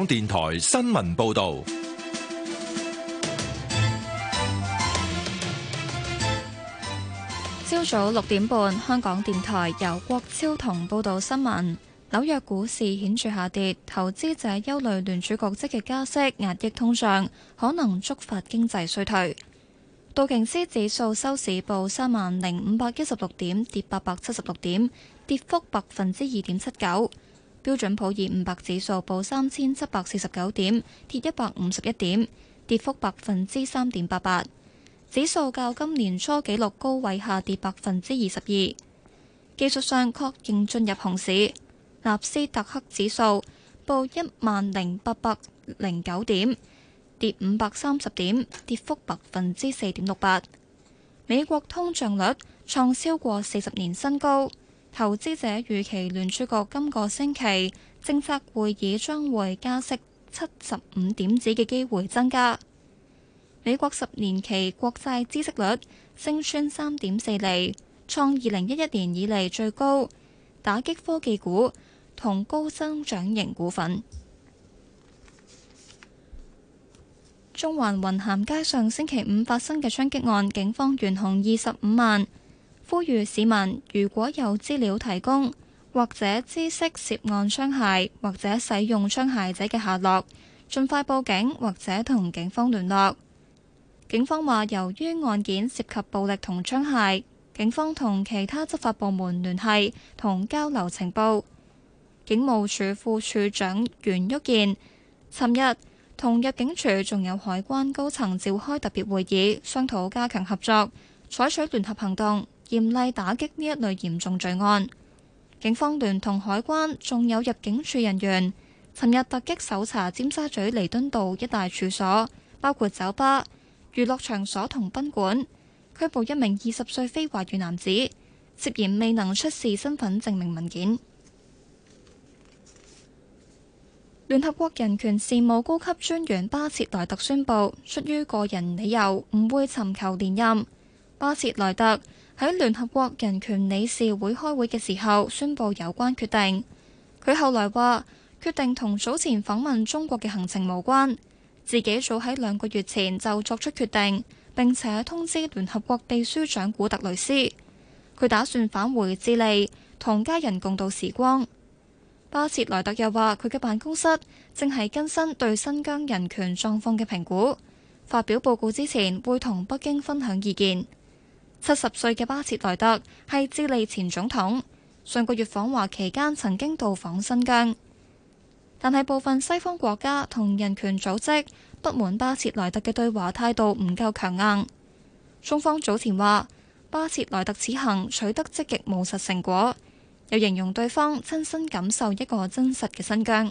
港電台新聞報道。 朝早6點半，香港電台由郭超同報道新聞。紐約股市顯著下跌，投資者憂慮聯儲局積極加息壓抑通脹，可能觸發經濟衰退。道瓊斯指數收市報30,516點，跌876點，跌幅2.79%。標準普爾500指數報3749點，跌151點，跌幅3.88%。指數較今年初紀錄高位下跌22%。技術上確認進入熊市。納斯達克指數報10,809點，跌530點，跌幅4.68%。美國通脹率創超過40年新高，投資者預期聯儲局今個星期政策會議將會加息75點子嘅機會增加。美國10年期國債孳息率升穿3.4厘，創2011年以嚟最高，打擊科技股同高增長型股份。中環雲咸街上星期五發生嘅槍擊案，警方懸紅25萬，呼籲市民如果有資料提供，或者知悉涉案槍械或者使用槍械者嘅下落，盡快報警或者同警方聯絡。警方話，由於案件涉及暴力同槍械，警方同其他執法部門聯繫同交流情報。警務處副處長袁旭健尋日同入境處仲有海關高層召開特別會議，商討加強合作，採取聯合行動，嚴厲打擊呢一類嚴重罪案。警方聯同海關仲有入境處人員，尋日突擊搜查尖沙咀彌敦道一帶處所，包括酒吧、娛樂場所同賓館，拘捕一名20歲非華裔男子，涉嫌未能出示身份證明文件。聯合國人權事務高級專員巴切萊特宣布，出於個人理由唔會尋求連任。巴切萊特喺聯合國人權理事會開會嘅時候宣布有關決定。佢後來話，決定同早前訪問中國嘅行程無關，自己早喺2個月前就作出決定，並且通知聯合國秘書長古特雷斯。佢打算返回智利同家人共度時光。巴切萊特又話，佢嘅辦公室正係更新對新疆人權狀況嘅評估，發表報告之前會同北京分享意見。70歲嘅巴切萊特係智利前總統，上個月訪華期間曾經到訪新疆，但係部分西方國家同人權組織不滿巴切萊特嘅對華態度唔夠強硬。中方早前話，巴切萊特此行取得積極務實成果，又形容對方親身感受一個真實嘅新疆。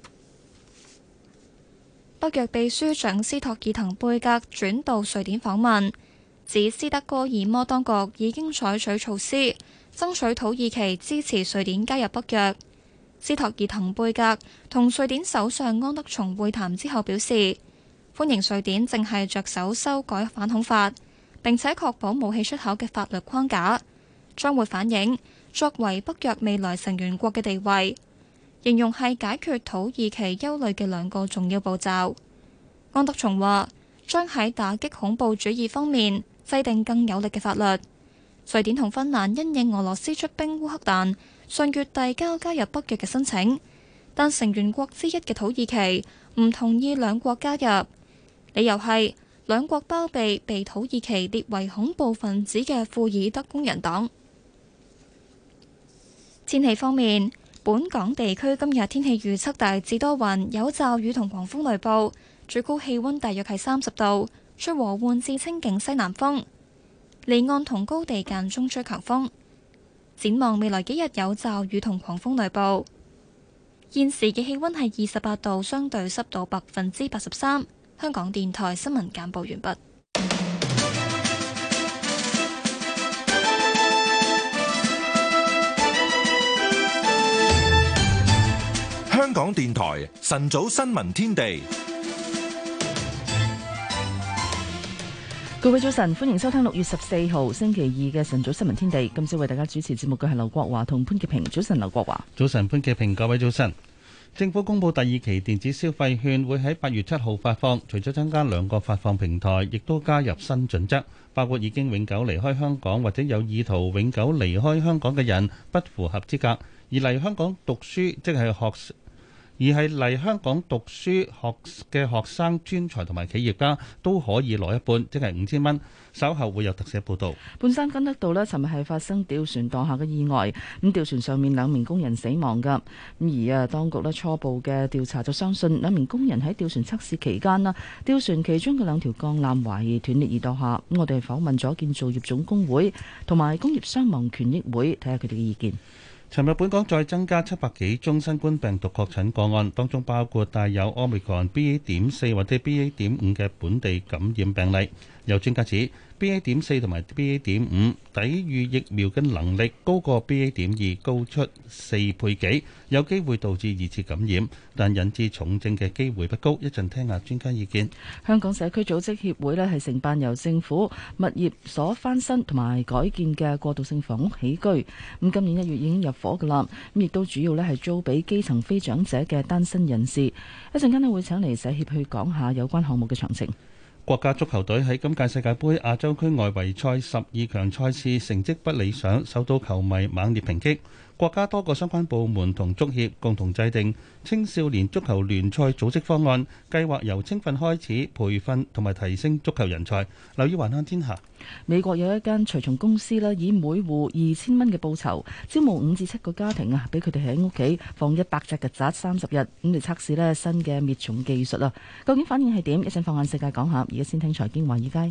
北約秘書長斯托爾滕貝格轉到瑞典訪問，指斯德哥爾摩當局已經採取措施，爭取土耳其支持瑞典加入北約。斯托爾滕貝格同瑞典首相安德松會談之後表示，歡迎瑞典正係着手修改反恐法，並且確保武器出口嘅法律框架，將會反映作為北約未來成員國嘅地位，形容係解決土耳其憂慮嘅2個重要步驟。安德松話，將喺打擊恐怖主義方面制定更有力嘅法律。瑞典同芬蘭因應俄羅斯出兵烏克蘭，上月遞交加入北約嘅申請，但成員國之一嘅土耳其唔同意2國加入，理由係2國包庇被土耳其列為恐怖分子嘅庫爾德工人黨。天氣方面，本港地區今日天氣預測大致多雲，有驟雨同狂風雷暴，最高氣溫大約係30度，吹和緩至清勁西南風，離岸同高地間中吹強風。展望未來幾日有驟雨同狂風雷暴。現時嘅氣溫係28度，相對濕度83%。香港電台新聞簡報完畢。 香港電台晨早新聞天地， 各位早晨，歡迎收聽6月14號星期二嘅晨早新聞天地。今朝為大家主持節目嘅係劉國華同潘潔平。早晨，劉國華。 早晨，潘潔平。各位早晨。 政府公布第二期電子消費券會喺8月7號發放，除咗增加2個發放平台，亦都加入新準則，包括已經永久離開香港或者有意圖永久離開香港嘅人不符合資格，而嚟香港讀書嚟香港讀書嘅學生、專才同埋企業家都可以攞一半，即係5000蚊。稍後會有特寫報導。 半山根德道呢，尋日係發生吊船墮下嘅意外，咁吊船上面2名工人死亡㗎。咁而當局呢初步嘅調查就相信2名工人喺吊船測試期間啦，吊船其中嘅2條鋼纜懷疑斷裂而墮下。咁我哋訪問咗建造業總工會同埋工業傷亡權益會，睇下佢哋嘅意見。 尋日本港再增加700幾宗新冠病毒確診個案，當中包括帶有 Omicron BA.4 或者 BA.5 嘅本地感染病例。有專家指BA.4同埋 BA.5 抵禦疫苗嘅能力高過 BA.2，高出4倍幾，有機會導致2次感染，但引致重症嘅機會不高。一陣聽下專家意見。 香港社區組織協會呢係承辦由政府物業所翻新同埋改建嘅過渡性房屋起居，咁今年1月已經入伙㗎啦，咁亦都主要呢係租俾基層非長者嘅單身人士。一陣間呢會請嚟社協去講下有關項目嘅詳情。 國家足球隊喺今屆世界盃亞洲區外圍賽12強賽事成績不理想，受到球迷猛烈抨擊。國家多個相關部門同足協共同制定青少年足球聯賽組織方案，計劃由青訓開始培訓同埋提升足球人才。留意環看天下。 美國有一間除蟲公司啦，以每戶2000蚊嘅報酬，招募5至7個家庭啊，俾佢哋喺屋企放100隻曱甴30日，咁嚟測試呢新嘅滅蟲技術啊。究竟反應係點？一陣放眼世界講下。而家先聽財經華爾街。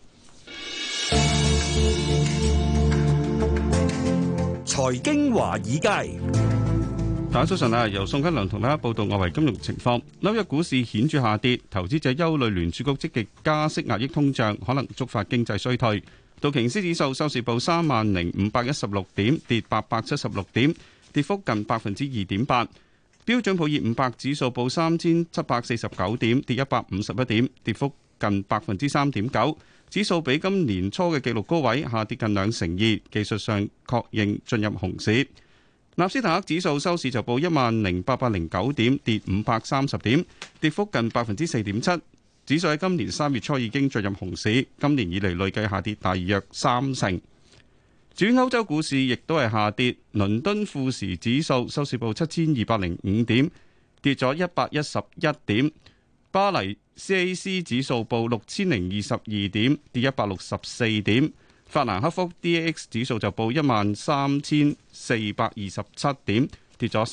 財經華爾街， 大家早晨啊！由宋嘉良同大家報道外圍金融情況。紐約股市顯著下跌，投資者憂慮聯儲局積極加息壓抑通脹，可能觸發經濟衰退。道瓊斯指數收市報30516點，跌876點，跌幅近2.8%。標準普爾500指數報3749點，跌151點，跌幅近3.9%。指數比今年初嘅紀錄高位下跌近2%，技術上確認進入熊市。納斯達克指數收市就報10809點，跌530點，跌幅近4.7%。指數喺今年3月初已經進入熊市，今年以嚟累計下跌大約30%。至於歐洲股市亦都係下跌，倫敦富時指數收市報7205點，跌咗111點。巴黎 CAC 指數報6022點，跌164點。法蘭克福 DAX 指數就報13427點，跌咗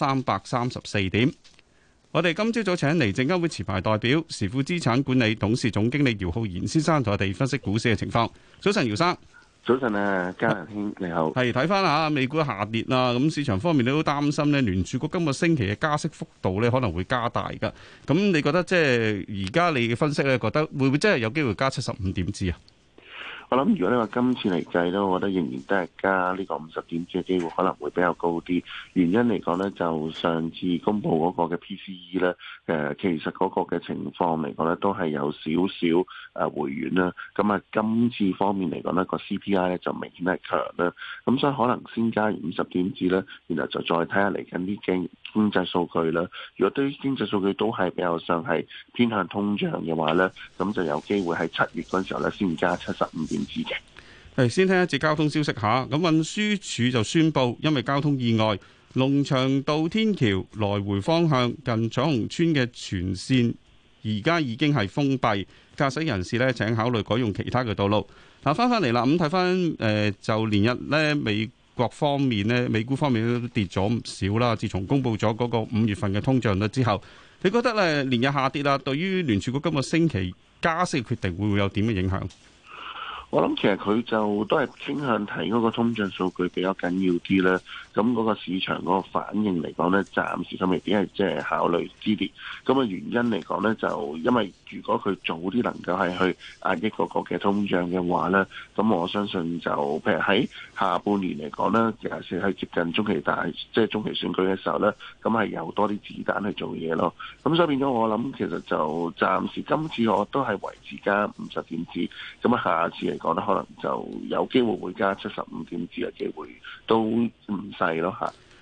334點。我哋今朝早請嚟證監會持牌代表時富資產管理董事總經理姚浩然先生同我哋分析股市嘅情況。早晨，姚生。 早晨啊，嘉仁兄你好。 係睇翻下美股下跌啦，咁市場方面都擔心咧，聯儲局今個星期嘅加息幅度咧可能會加大噶。咁你覺得即係而家你嘅分析咧，覺得會唔會真係有機會加75點子啊？ 我諗如果你話今次嚟計咧，我覺得仍然都係加呢個50點子嘅機會可能會比較高啲。原因嚟講呢，就上次公布嗰個嘅 PCE 呢，其實嗰個嘅情況嚟講呢，都係有少少回軟啦。咁啊，今次方面嚟講呢，個 CPI 呢就明顯係強啦。咁所以可能先加50點子呢，然後就再睇下嚟緊啲經濟數據啦。如果對於經濟數據都係比較上係偏向通脹嘅話呢，咁就有機會喺7月嗰陣時候呢先加75點。 先聽一節交通消息下，咁運輸署就宣布，因為交通意外，龍翔道天橋來回方向近彩虹村嘅全線而家已經係封閉，駕駛人士呢請考慮改用其他嘅道路。嗱，翻嚟啦，咁睇翻就連日呢，美國方面呢，美股方面都跌咗唔少啦。自從公布咗嗰個5月份嘅通脹率之後，你覺得呢連日下跌啦，對於聯儲局今個星期加息嘅決定會唔會有點嘅影響？ 我諗其實佢就都係傾向睇嗰個通脹數據比較緊要啲啦。咁嗰個市場嗰個反應嚟講呢，暫時就未必係即係考慮之列。咁啊原因嚟講呢，就因為如果佢早啲能夠係去壓抑嗰個嘅通脹嘅話呢，咁我相信就譬如喺下半年嚟講呢，尤其是喺接近中期即係中期選舉嘅時候呢，咁係有多啲子彈去做嘢咯。咁所以變咗我諗，其實就暫時今次我都係維持加50點子。咁啊下次嚟講咧，可能就有機會會加75點子嘅機會都唔細咯嚇。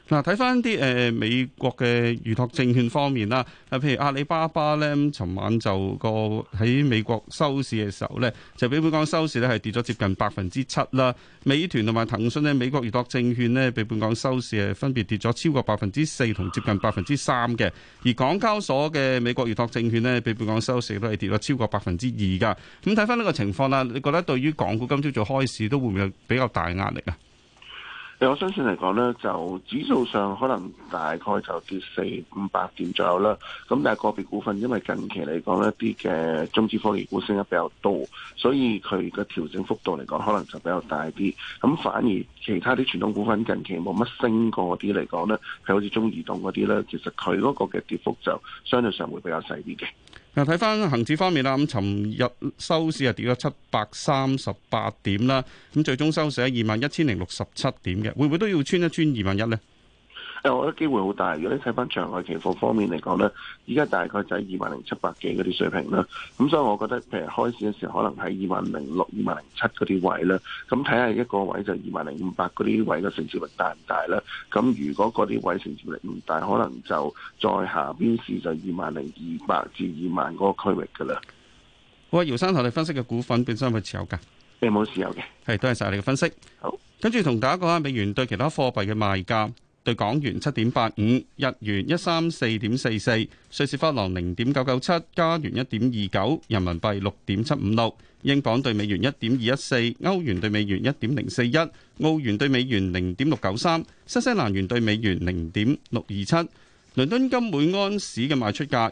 嗱，睇翻啲美國嘅預託證券方面啦，譬如阿里巴巴咧，尋晚就喺美國收市嘅時候咧，就比本港收市咧係跌咗接近7%啦。美團同埋騰訊咧，美國預託證券咧，比本港收市係分別跌咗超過4%同接近3%嘅。而港交所嘅美國預託證券咧，比本港收市都係跌咗超過2%噶。咁睇翻呢個情況啦，你覺得對於港股今朝早開市都會唔會有比較大壓力啊？ 我相信嚟講呢，就指數上可能大概就跌400-500點左右啦。咁但係個別股份因為近期嚟講呢啲嘅中資科技股升得比較多，所以佢嘅調整幅度嚟講可能就比較大啲。咁反而其他啲傳統股份近期冇乜升過啲嚟講呢，係好似中移動嗰啲呢，其實佢嗰個嘅跌幅就相對上會比較細啲嘅。 嗱，睇翻恒指方面啦，咁尋日收市係跌咗738點啦，咁最終收市喺21,067點嘅，會唔會都要穿一穿21,000呢？ 我覺得機會好大。如果你睇翻場外期貨方面嚟講呢，依家大概就喺20,700幾嗰啲水平啦。咁所以我覺得譬如開市嘅時候，可能喺20,600、20,700嗰啲位啦。咁睇下一個位就20,500嗰啲位嘅承接力大唔大啦。咁如果嗰啲位承接力唔大，可能就再下邊市就20,200至20,000嗰個區域噶啦。 好啊，姚生同你分析嘅股份本身係咪持有㗎？ 你冇持有嘅。 係，多謝晒你嘅分析。 好，跟住同大家講下美元對其他貨幣嘅賣價。對港元7.85，日元134.44，瑞士法郎0.997，加元1.29，人民幣6.756，英鎊對美元1.214，歐元對美元1.041，澳元對美元0.693，新西蘭元對美元0.627。倫敦金每安士嘅賣出價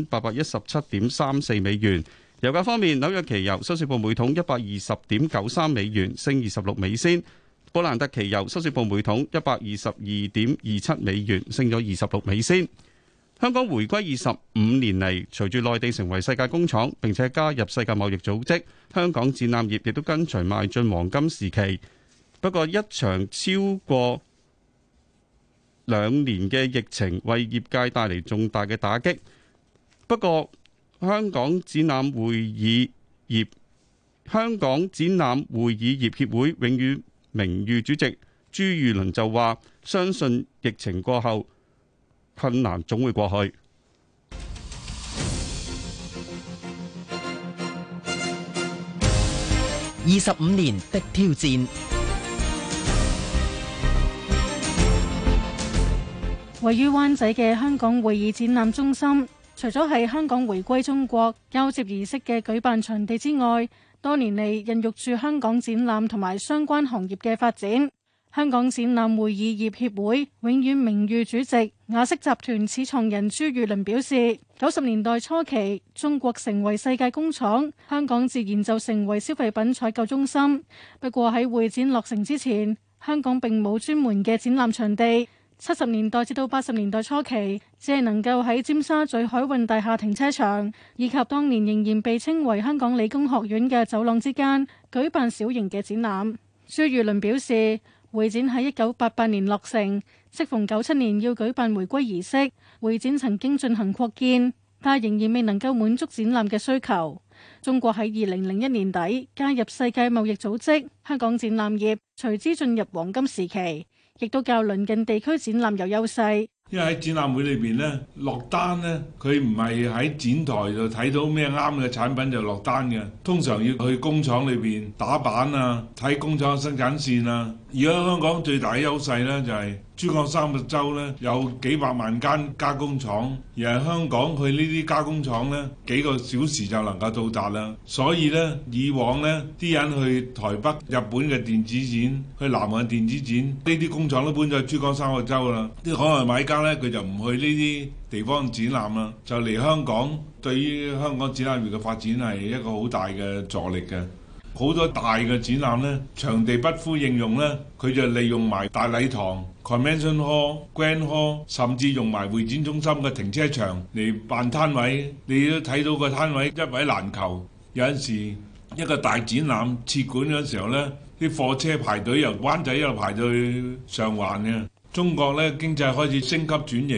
1,817.34美元。油價方面，紐約期油收市報每桶120.93美元，升26美仙。布蘭特期油收市報每桶122.27美元，升咗26美仙。香港回歸25年嚟，隨住內地成為世界工廠，並且加入世界貿易組織，香港展覽業亦都跟隨邁進黃金時期。不過，一場超過2年嘅疫情為業界帶嚟重大嘅打擊。不過，香港展覽會議業協會永遠名譽主席朱裕倫就話：相信疫情過後，困難總會過去。 25年的挑戰。 位於灣仔嘅香港會議展覽中心，除咗係香港回歸中國交接儀式嘅舉辦場地之外，多年嚟孕育住香港展覽同埋相關行業嘅發展。香港展覽會議業協會永遠名譽主席雅式集團始創人朱裕倫表示，90年代初期，中國成為世界工廠，香港自然就成為消費品採購中心。不過喺會展落成之前，香港並冇專門嘅展覽場地。70年代至到80年代初期，只係能夠喺尖沙咀海運大廈停車場，以及當年仍然被稱為香港理工學院嘅走廊之間舉辦小型嘅展覽。朱裕倫表示，會展喺1988年落成，適逢97年要舉辦回歸儀式，會展曾經進行擴建，但仍然未能夠滿足展覽嘅需求。中國喺2001年底加入世界貿易組織，香港展覽業隨之進入黃金時期，亦都較鄰近地區展覽有優勢。 因為喺展覽會裏邊咧，落單咧，佢唔係喺展台度睇到咩啱嘅產品就落單嘅，通常要去工廠裏邊打板啊，睇工廠生產線啊。而家香港最大嘅優勢咧就係珠江三角洲咧有幾百萬間加工廠，而係香港去呢啲加工廠咧幾個小時就能夠到達啦。所以咧以往咧啲人去台北、日本嘅電子展、去南韓電子展，呢啲工廠都搬咗去珠江三角洲啦。啲海外買家咧佢就唔去呢啲地方展覽啦，就嚟香港。對於香港展覽業嘅發展係一個好大嘅助力嘅。好多大嘅展覽呢，場地不敷應用呢，佢就利用埋大禮堂、Convention Hall、Grand Hall， 甚至用埋會展中心嘅停車場嚟辦攤位。你都睇到個攤位一位難求。有陣時一個大展覽設館嗰時候呢，啲貨車排隊由灣仔一路排到去上環嘅。中國呢經濟開始升級轉型，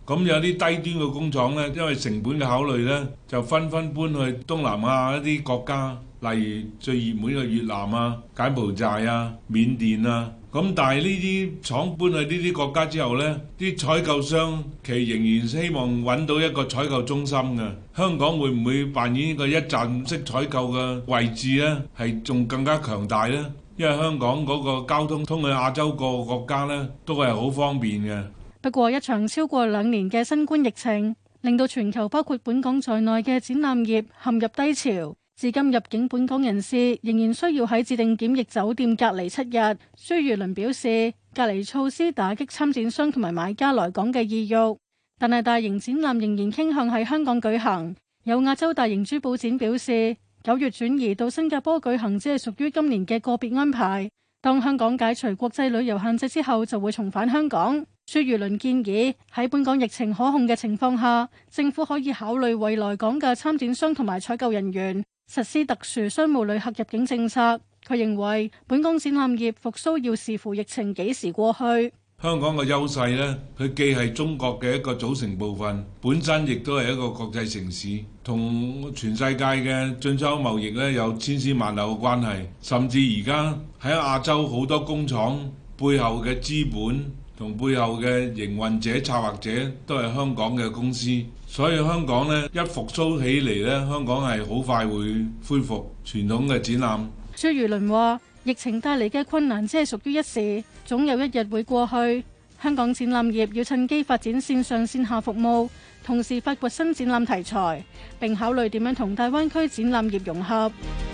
咁有啲低端嘅工廠呢，因為成本嘅考慮呢，就紛紛搬去東南亞一啲國家，例如最熱門嘅越南啊、柬埔寨啊、緬甸啊。咁但係呢啲廠搬去呢啲國家之後呢，啲採購商其實仍然希望揾到一個採購中心嘅。香港會唔會扮演一個一站式採購嘅位置呢？係仲更加強大呢？因為香港嗰個交通通去亞洲各個國家呢，都係好方便嘅。 不過，一場超過2年嘅新冠疫情，令到全球包括本港在內嘅展覽業陷入低潮。至今入境本港人士仍然需要喺指定檢疫酒店隔離7日。朱裕倫表示，隔離措施打擊參展商同埋買家來港嘅意欲，但係大型展覽仍然傾向喺香港舉行。有亞洲大型珠寶展表示，9月轉移到新加坡舉行只係屬於今年嘅個別安排。當香港解除國際旅遊限制之後，就會重返香港。朱裕倫建議喺本港疫情可控嘅情況下，政府可以考慮為來港嘅參展商同埋採購人員實施特殊商務旅客入境政策。佢認為本港展覽業復甦要視乎疫情幾時過去。 香港嘅優勢呢，佢既係中國嘅一個組成部分，本身亦都係一個國際城市，同全世界嘅進出口貿易呢有千絲萬縷嘅關係。甚至而家喺亞洲好多工廠背後嘅資本同背後嘅營運者、策劃者都係香港嘅公司，所以香港呢一復甦起嚟呢，香港係好快會恢復傳統嘅展覽。 朱裕倫話：疫情帶嚟嘅困難只係屬於一時，總有一日會過去。香港展覽業要趁機發展線上線下服務，同時發掘新展覽題材，並考慮點樣同大灣區展覽業融合。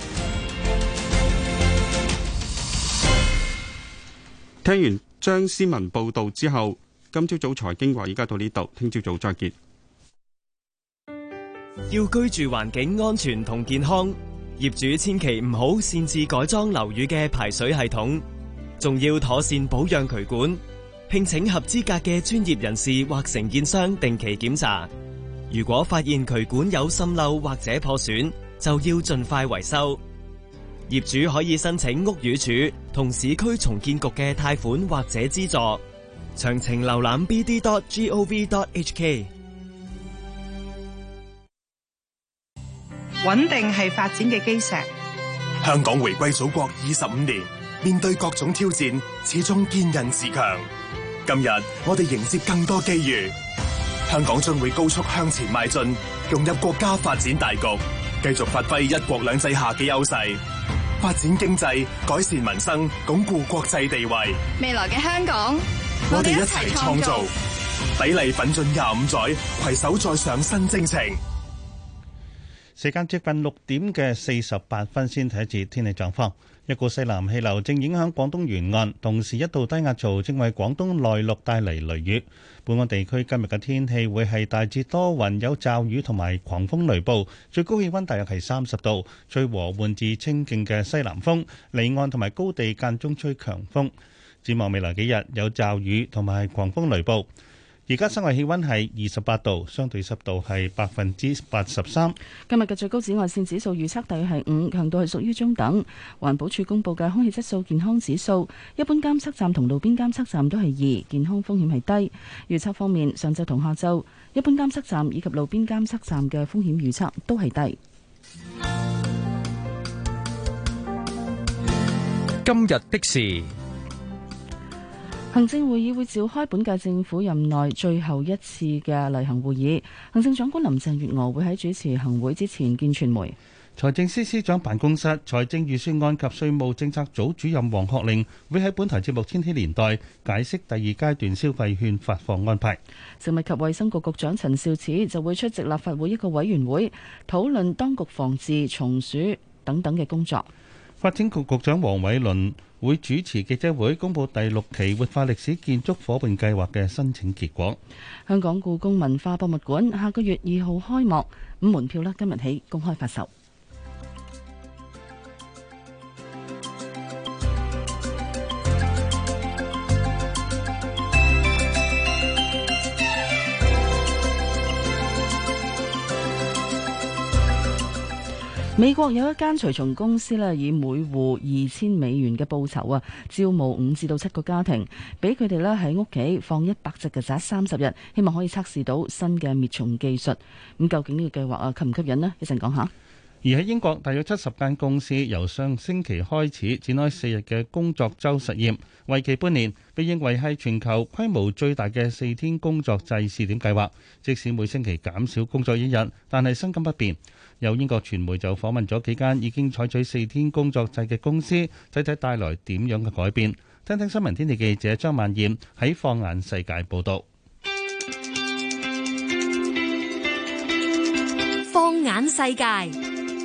聽完張思文報道之後，今朝早財經話而家到呢度，聽朝早再見。 要居住環境安全同健康，業主千祈唔好擅自改裝樓宇嘅排水系統，仲要妥善保養渠管，聘請合資格嘅專業人士或承建商定期檢查。如果發現渠管有滲漏或者破損，就要盡快維修。業主可以申請屋宇署同市區重建局嘅貸款或者資助，詳情瀏覽 bd.gov.hk。 穩定係發展嘅基石。 香港回歸祖國25年，面對各種挑戰，始終堅韌自強。今日我哋迎接更多機遇，香港將會高速向前邁進，融入國家發展大局，繼續發揮一國兩制下嘅優勢，發展經濟，改善民生，鞏固國際地位。 未來嘅香港， 我哋一齊創造，砥礪奮進25載，攜手再上新征程。 時間接近6點嘅48分，先睇一節天氣狀況。一股西南氣流正影響廣東沿岸，同時一道低壓槽正為廣東內陸帶嚟雷雨。本港地區今日嘅天氣會係大致多雲，有驟雨同埋狂風雷暴，最高氣溫大約係30度，吹和緩至清勁嘅西南風，離岸同埋高地間中吹強風。展望未來幾日有驟雨同埋狂風雷暴。而家室外氣溫係28度，相對濕度係83%。 今日嘅最高紫外線指數預測大約係5，強度係屬於中等。環保署公布嘅空氣質素健康指數，一般監測站同路邊監測站都係2，健康風險係低。預測方面，上晝同下晝，一般監測站以及路邊監測站嘅風險預測都係低。 今日的事。 行政會議會召開本屆政府任內最後一次嘅例行會議，行政長官林鄭月娥會喺主持行會之前見傳媒。 財政司司長辦公室、財政預算案及稅務政策組主任黃學令會喺本台節目《千禧年代》解釋第2階段消費券發放安排。 食物及衛生局局長陳肇始就會出席立法會一個委員會，討論當局防治松鼠等等嘅工作。 發展局局長黃偉綸會主持記者會，公布第6期活化歷史建築伙伴計劃嘅申請結果。 香港故宮文化博物館下個月2號開幕，咁門票今日起公開發售。 美國有一間除蟲公司咧，以每戶$2000嘅報酬招募5至7個家庭，俾佢哋咧喺屋企放100隻曱甴30日，希望可以測試到新嘅滅蟲技術。咁究竟呢個計劃吸唔吸引呢？一陣講下。 而喺英國，大約70間公司由上星期開始展開4日嘅工作週實驗，為期半年，被認為係全球規模最大嘅4天工作制試點計劃。即使每星期減少工作1日，但係薪金不變。有英國傳媒就訪問咗幾間已經採取4天工作制嘅公司，睇睇帶來點樣嘅改變。聽聽新聞天地記者張曼燕喺放眼世界報導。 放眼世界。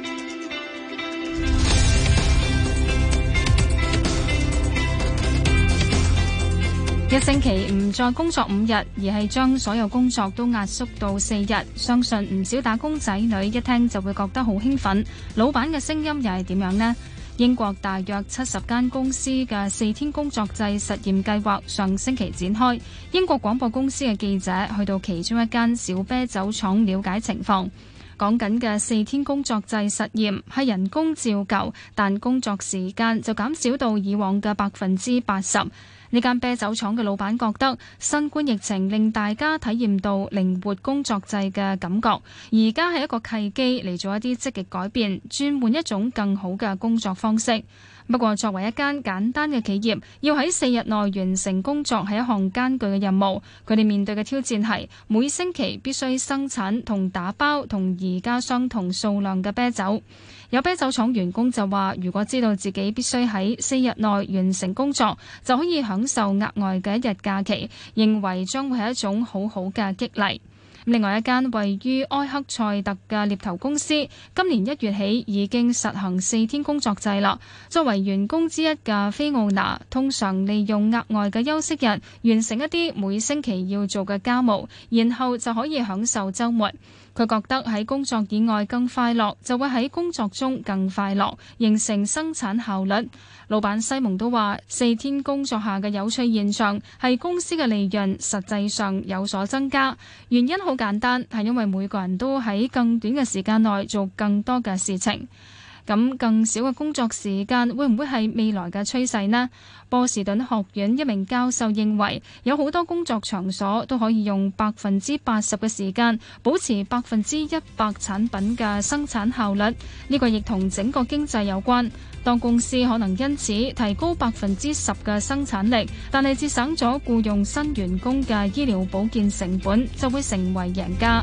一星期唔再工作5日，而係將所有工作都壓縮到4日，相信唔少打工仔女一聽就會覺得好興奮。老闆嘅聲音又係點樣呢？英國大約70間公司嘅4天工作制實驗計劃上星期展開。英國廣播公司嘅記者去到其中一間小啤酒廠了解情況。講緊嘅4天工作制實驗係人工照舊，但工作時間就減少到以往嘅80%。呢間啤酒廠嘅老闆覺得新冠疫情令大家體驗到靈活工作制嘅感覺，而家係一個契機嚟做一啲積極改變，轉換一種更好嘅工作方式。不過作為一間簡單嘅企業，要喺4日內完成工作係一項艱巨嘅任務。佢哋面對嘅挑戰係每星期必須生產同打包同而家相同數量嘅啤酒。有啤酒廠員工就話，如果知道自己必須喺4日內完成工作，就可以享受額外嘅1日假期，認為將會係一種好好嘅激勵。另外一間位於埃克塞特嘅獵頭公司，今年1月起已經實行4天工作制啦。作為員工之一嘅菲奧娜，通常利用額外嘅休息日完成一啲每星期要做嘅家務，然後就可以享受週末。佢覺得喺工作以外更快樂，就會喺工作中更快樂，形成生產效率。老闆西蒙都話，4天工作下嘅有趣現象係公司嘅利潤實際上有所增加。原因好簡單，係因為每個人都喺更短嘅時間內做更多嘅事情。咁更少嘅工作時間會唔會係未來嘅趨勢呢？波士頓學院一名教授認為，有好多工作場所都可以用80%嘅時間保持100%產品嘅生產效率。呢個亦同整個經濟有關。當公司可能因此提高10%嘅生產力，但係節省咗僱用新員工嘅醫療保健成本，就會成為贏家。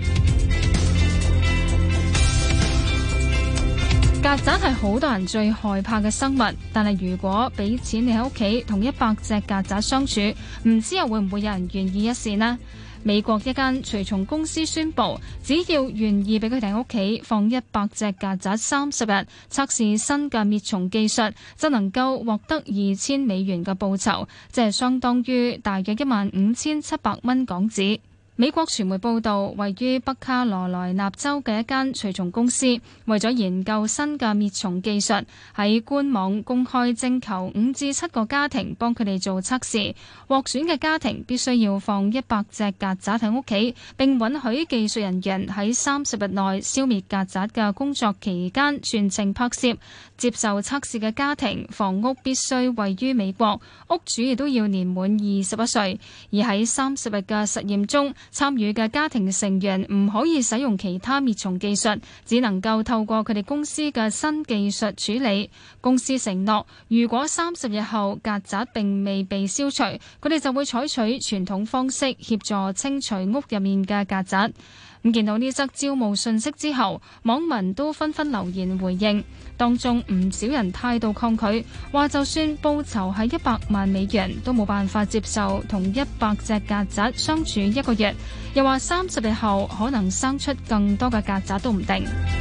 曱甴係好多人最害怕嘅生物，但係如果俾錢你喺屋企同100隻曱甴相處，唔知又會唔會有人願意一試呢？美國一間除蟲公司宣布，只要願意俾佢哋喺屋企放100隻曱甴30日，測試新嘅滅蟲技術，就能夠獲得$2000嘅報酬，即係相當於大約$15,700港紙。美國傳媒報道，位於北卡羅來納州嘅一間除蟲公司，為咗研究新嘅滅蟲技術，喺官網公開徵求5至7個家庭幫佢哋做測試。獲選嘅家庭必須要放100隻曱甴喺屋企，並允許技術人員喺30日內消滅曱甴嘅工作期間全程拍攝。接受測試嘅家庭房屋必須位於美國，屋主亦都要年滿21歲。而喺30日嘅實驗中，參與嘅家庭成員唔可以使用其他滅蟲技術，只能夠透過佢哋公司嘅新技術處理。公司承諾，如果30日後曱甴並未被消除，佢哋就會採取傳統方式協助清除屋入面嘅曱甴。咁見到呢則招募信息之後，網民都紛紛留言回應，當中唔少人態度抗拒，話就算報酬係$100萬都冇辦法接受同100隻曱甴相處1個月，又話30日後可能生出更多嘅曱甴都唔定。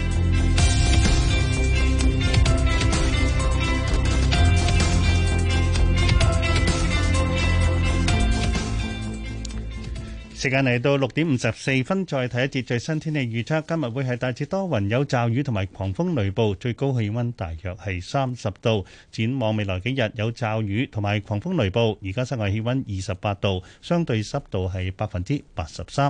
時間嚟到6點54分，再睇一節最新天氣預測。今日會係大致多雲，有驟雨同埋狂風雷暴，最高氣溫大約係30度。展望未來幾日有驟雨同埋狂風雷暴。而家室外氣溫28度，相對濕度係83%。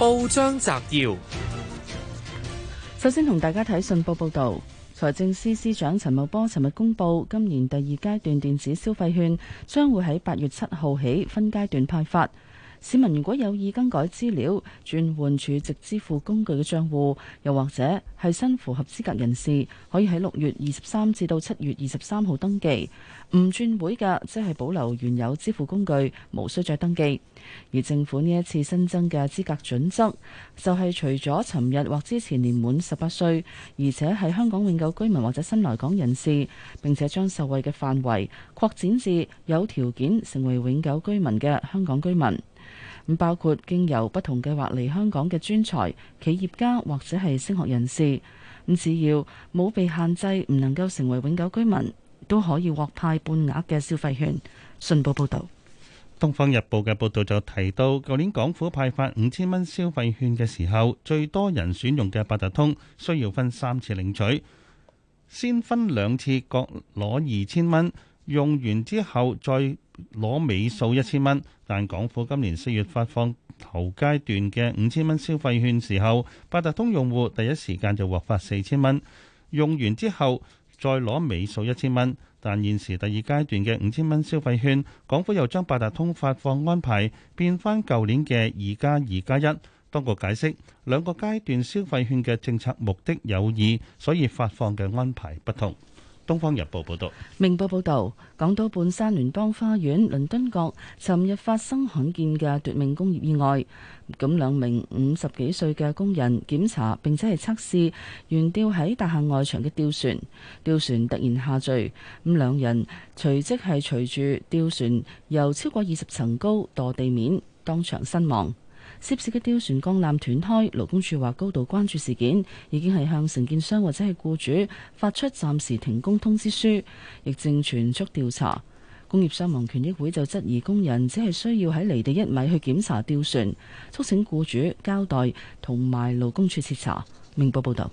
報章摘要， 首先同大家睇信報報導。財政司司長陳茂波尋日公布，今年第二階段電子消費券將會喺8月7號起分階段派發。市民如果有意更改資料、轉換儲值支付工具嘅帳戶，又或者係新符合資格人士，可以喺6月23至到7月23號登記。唔轉會嘅，即係保留原有支付工具，無需再登記。而政府呢一次新增嘅資格準則，就係除咗尋日或之前年滿18歲，而且係香港永久居民或者新來港人士，並且將受惠嘅範圍擴展至有條件成為永久居民嘅香港居民。咁包括經由不同計劃嚟香港嘅專才、企業家或者係升學人士，咁只要冇被限制，唔能夠成為永久居民，都可以獲派半額嘅消費券。信報報導， 《東方日報》嘅報導就提到，舊年港府派發5000蚊消費券嘅時候，最多人選用嘅八達通需要分3次領取，先分2次各攞2000蚊，用完之後再攞尾數1000蚊。但港府今年4月發放頭階段嘅5000蚊消費券時候，八達通用戶第一時間就獲發4000蚊，用完之後再攞尾數1000蚊。但現時第二階段嘅5000蚊消費券，港府又將八達通發放安排變翻舊年嘅2+2+1。當局解釋，兩個階段消費券嘅政策目的有異，所以發放嘅安排不同。《東方日報》報道。 明報報導，港島半山聯邦花園倫敦閣尋日發生罕見嘅奪命工業意外。咁2名50幾歲嘅工人檢查並且係測試懸吊喺大廈外牆嘅吊船，吊船突然下墜，咁2人隨即係隨住吊船由超過20層高墮地面，當場身亡。涉事嘅吊船鋼纜斷開，勞工處話高度關注事件，已經係向承建商或者係僱主發出暫時停工通知書，亦正全速調查。工業傷亡權益會就質疑工人只係需要喺離地1米去檢查吊船，促請僱主交代同埋勞工處徹查。明報報道。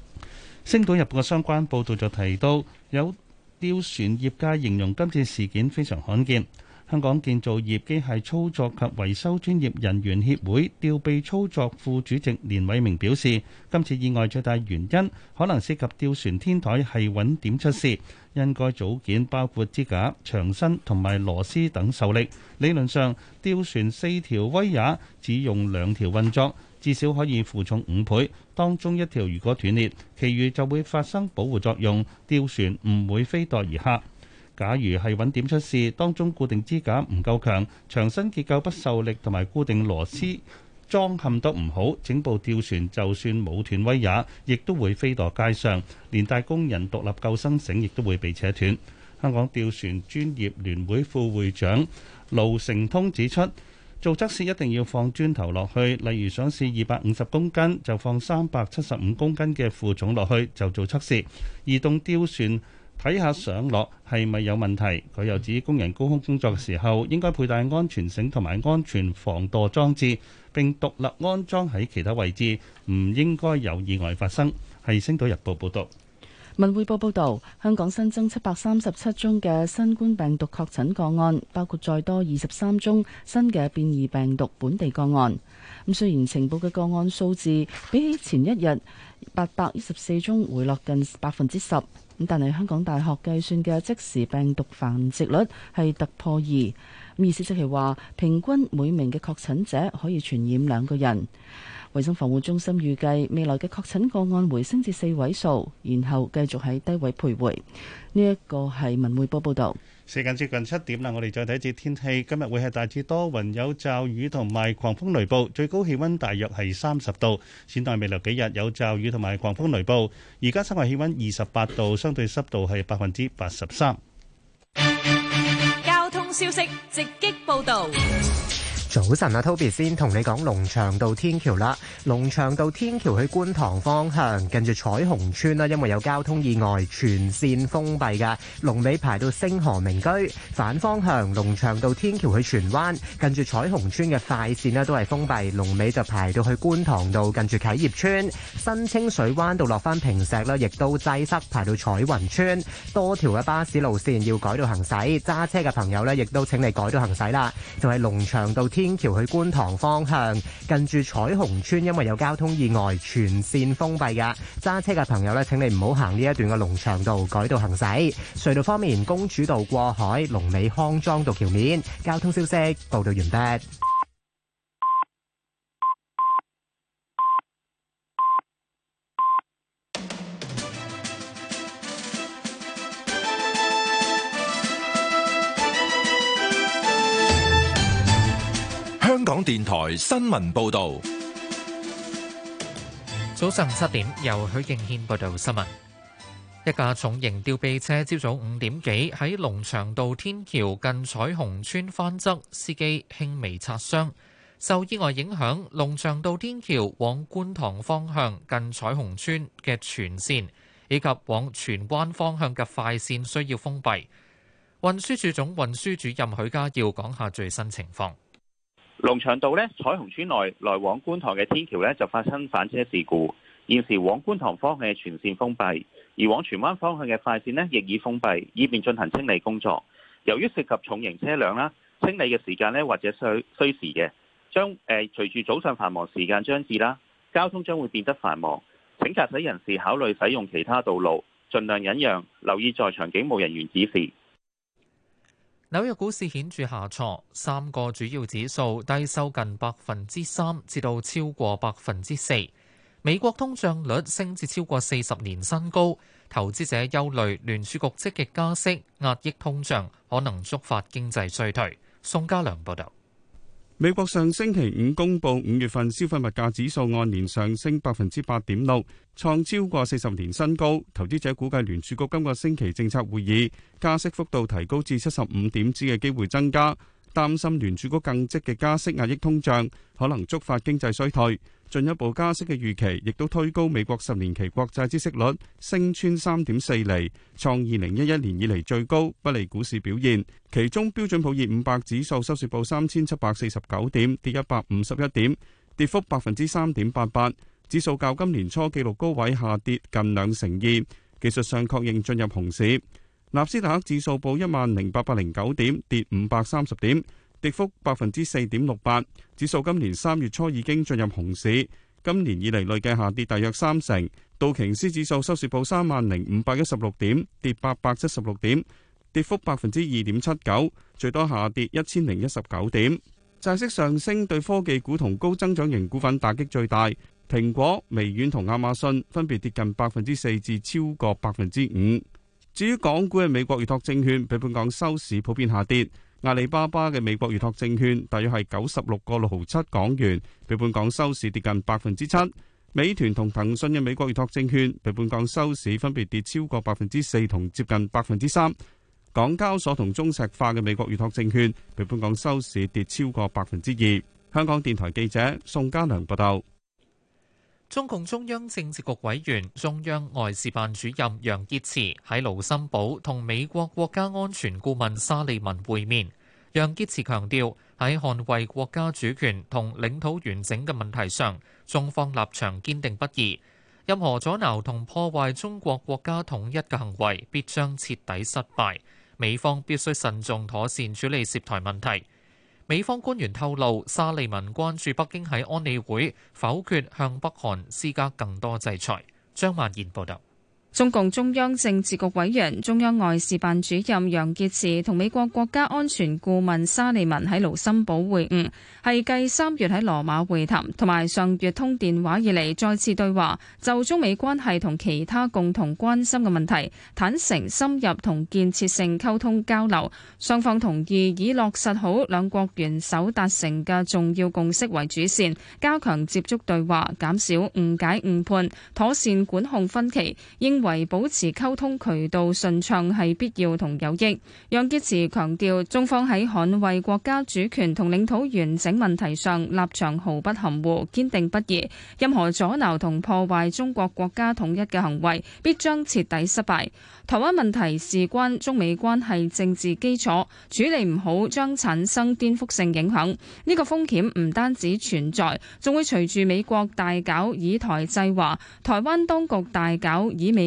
《星島日報》嘅相關報導就提到，有吊船業界形容今次事件非常罕見。香港建造業機械操作及維修專業人員協會吊臂操作副主席連偉明表示，今次意外最大原因可能涉及吊船天台係穩點出事，因該組件包括支架、牆身同埋螺絲等受力。理論上，吊船4條威亞只用2條運作，至少可以負重5倍。當中1條如果斷裂，其餘就會發生保護作用，吊船唔會飛墮而下。假如係穩點出事，當中固定支架唔夠強，牆身結構不受力同埋固定螺絲裝嵌得唔好，整部吊船就算冇斷威也，亦都會飛墮街上，連帶工人獨立救生繩亦都會被扯斷。香港吊船專業聯會副會長盧成通指出，做測試一定要放磚頭落去，例如想試250公斤，就放375公斤嘅負重落去就做測試。移動吊船睇下上落係咪有問題。佢又指工人高空工作嘅時候應該佩戴安全繩同埋安全防墮裝置，並獨立安裝喺其他位置，唔應該有意外發生。係《星島日報》報導。 文匯報報導，香港新增737宗嘅新冠病毒確診個案，包括再多23宗新嘅變異病毒本地個案。咁雖然呈報嘅個案數字比起前一日814宗回落近10%，但係香港大學計算嘅即時病毒繁殖率係突破2，意思即係話平均每名嘅確診者可以傳染2個人。衛生防護中心預計未來嘅確診個案回升至4位數，然後繼續喺低位徘徊。呢一個係文匯報報導。 時間接近7點啦，我哋再睇一節天氣。今日會係大致多雲有驟雨同埋狂風雷暴，最高氣溫大約係30度。市內未來幾日有驟雨同埋狂風雷暴。而家室外氣溫28度，相對濕度係83%。 交通消息直擊報導。 早晨啊 ，Toby 先同你講龍翔道天橋啦。龍翔道天橋去觀塘方向，近住彩虹村啦，因為有交通意外，全線封閉㗎。龍尾排到星河名居。反方向龍翔道天橋去荃灣，近住彩虹村嘅快線啦，都係封閉。龍尾就排到去觀塘道，近住啟業村。新清水灣道落翻坪石啦，亦都擠塞，排到彩雲村。多條嘅巴士路線要改道行駛，揸車嘅朋友呢，亦都請你改道行駛啦。就係龍翔道天天橋去觀塘方向，近住彩虹村，因為有交通意外，全線封閉㗎。揸車嘅朋友呢，請你唔好行呢一段嘅龍翔道，改道行駛。隧道方面，公主道過海，龍尾康莊道橋面。交通消息報道完畢。 香港電台新聞報道， 早上7點，由許敬軒報道新聞。一架重型吊臂車朝早5點幾喺龍翔道天橋近彩虹村翻側，司機輕微擦傷。受意外影響，龍翔道天橋往觀塘方向近彩虹村嘅全線，以及往荃灣方向嘅快線需要封閉。運輸署總運輸主任許家耀講下最新情況。 龍翔道彩虹村內來往觀塘嘅天橋就發生翻車事故，現時往觀塘方向嘅全線封閉，而往荃灣方向嘅快線亦已封閉，以便進行清理工作。由於涉及重型車輛啦，清理嘅時間或者需時嘅，隨住早上繁忙時間將至啦，交通將會變得繁忙。請駕駛人士考慮使用其他道路，盡量忍讓，留意在場警務人員指示。 紐約股市顯著下挫，3個主要指數低收近3%至到超過4%。美國通脹率升至超過40年新高，投資者憂慮聯儲局積極加息壓抑通脹，可能觸發經濟衰退。宋家良報導。 美國上星期五公布5月份消費物價指數按年上升8.6%，創超過40年新高。投資者估計聯儲局今個星期政策會議加息幅度提高至75點子嘅機會增加，擔心聯儲局更積極加息壓抑通脹，可能觸發經濟衰退。進一步加息嘅預期亦都推高美國10年期國債孳息率升穿3.4厘，創2011年以嚟最高，不利股市表現。其中標準普爾500指數收市報3749點，跌151點，跌幅3.88%。指數較今年初紀錄高位下跌近2%，技術上確認進入熊市。納斯達克指數報10809點，跌530點。跌幅4.68%，指數今年3月初已經進入熊市，今年以嚟累計下跌大約3%。道瓊斯指數收市報30516點，跌876點，跌幅2.79%，最多下跌1019點。債息上升對科技股同高增長型股份打擊最大，蘋果、微軟同亞馬遜分別跌近4%至超過5%。至於港股嘅美國預託證券，比本港收市普遍下跌。阿里巴巴嘅美國預託證券大約係96個6毫7港元，比本港收市跌近7%。美團同騰訊嘅美國預託證券比本港收市分別跌超過4%同接近3%。港交所同中石化嘅美國預託證券比本港收市跌超過2%。香港電台記者宋家良報道。 中共中央政治局委員、中央外事辦主任楊潔篪喺盧森堡同美國國家安全顧問沙利文會面。楊潔篪強調，喺捍衛國家主權同領土完整嘅問題上，中方立場堅定不移。任何阻撓同破壞中國國家統一嘅行為，必將徹底失敗。美方必須慎重妥善處理涉台問題。美方官員透露，沙利文關注北京喺安理會否決向北韓施加更多制裁。張曼燕報導。 中共中央政治局委員、中央外事辦主任楊潔篪同美國國家安全顧問沙利文喺盧森堡會晤，係繼3月喺羅馬會談同埋上月通電話以嚟再次對話，就中美關係同其他共同關心嘅問題，坦誠深入同建設性溝通交流。雙方同意以落實好兩國元首達成嘅重要共識為主線，加強接觸對話，減少誤解誤判，妥善管控分歧。認為保持溝通渠道順暢係必要同有益。楊潔篪強調，中方喺捍衛國家主權同領土完整問題上立場毫不含糊、堅定不移。任何阻撓同破壞中國國家統一嘅行為，必將徹底失敗。台灣問題事關中美關係政治基礎，處理唔好將產生顛覆性影響。呢個風險唔單止存在，仲會隨住美國大搞以台制華，台灣當局大搞以美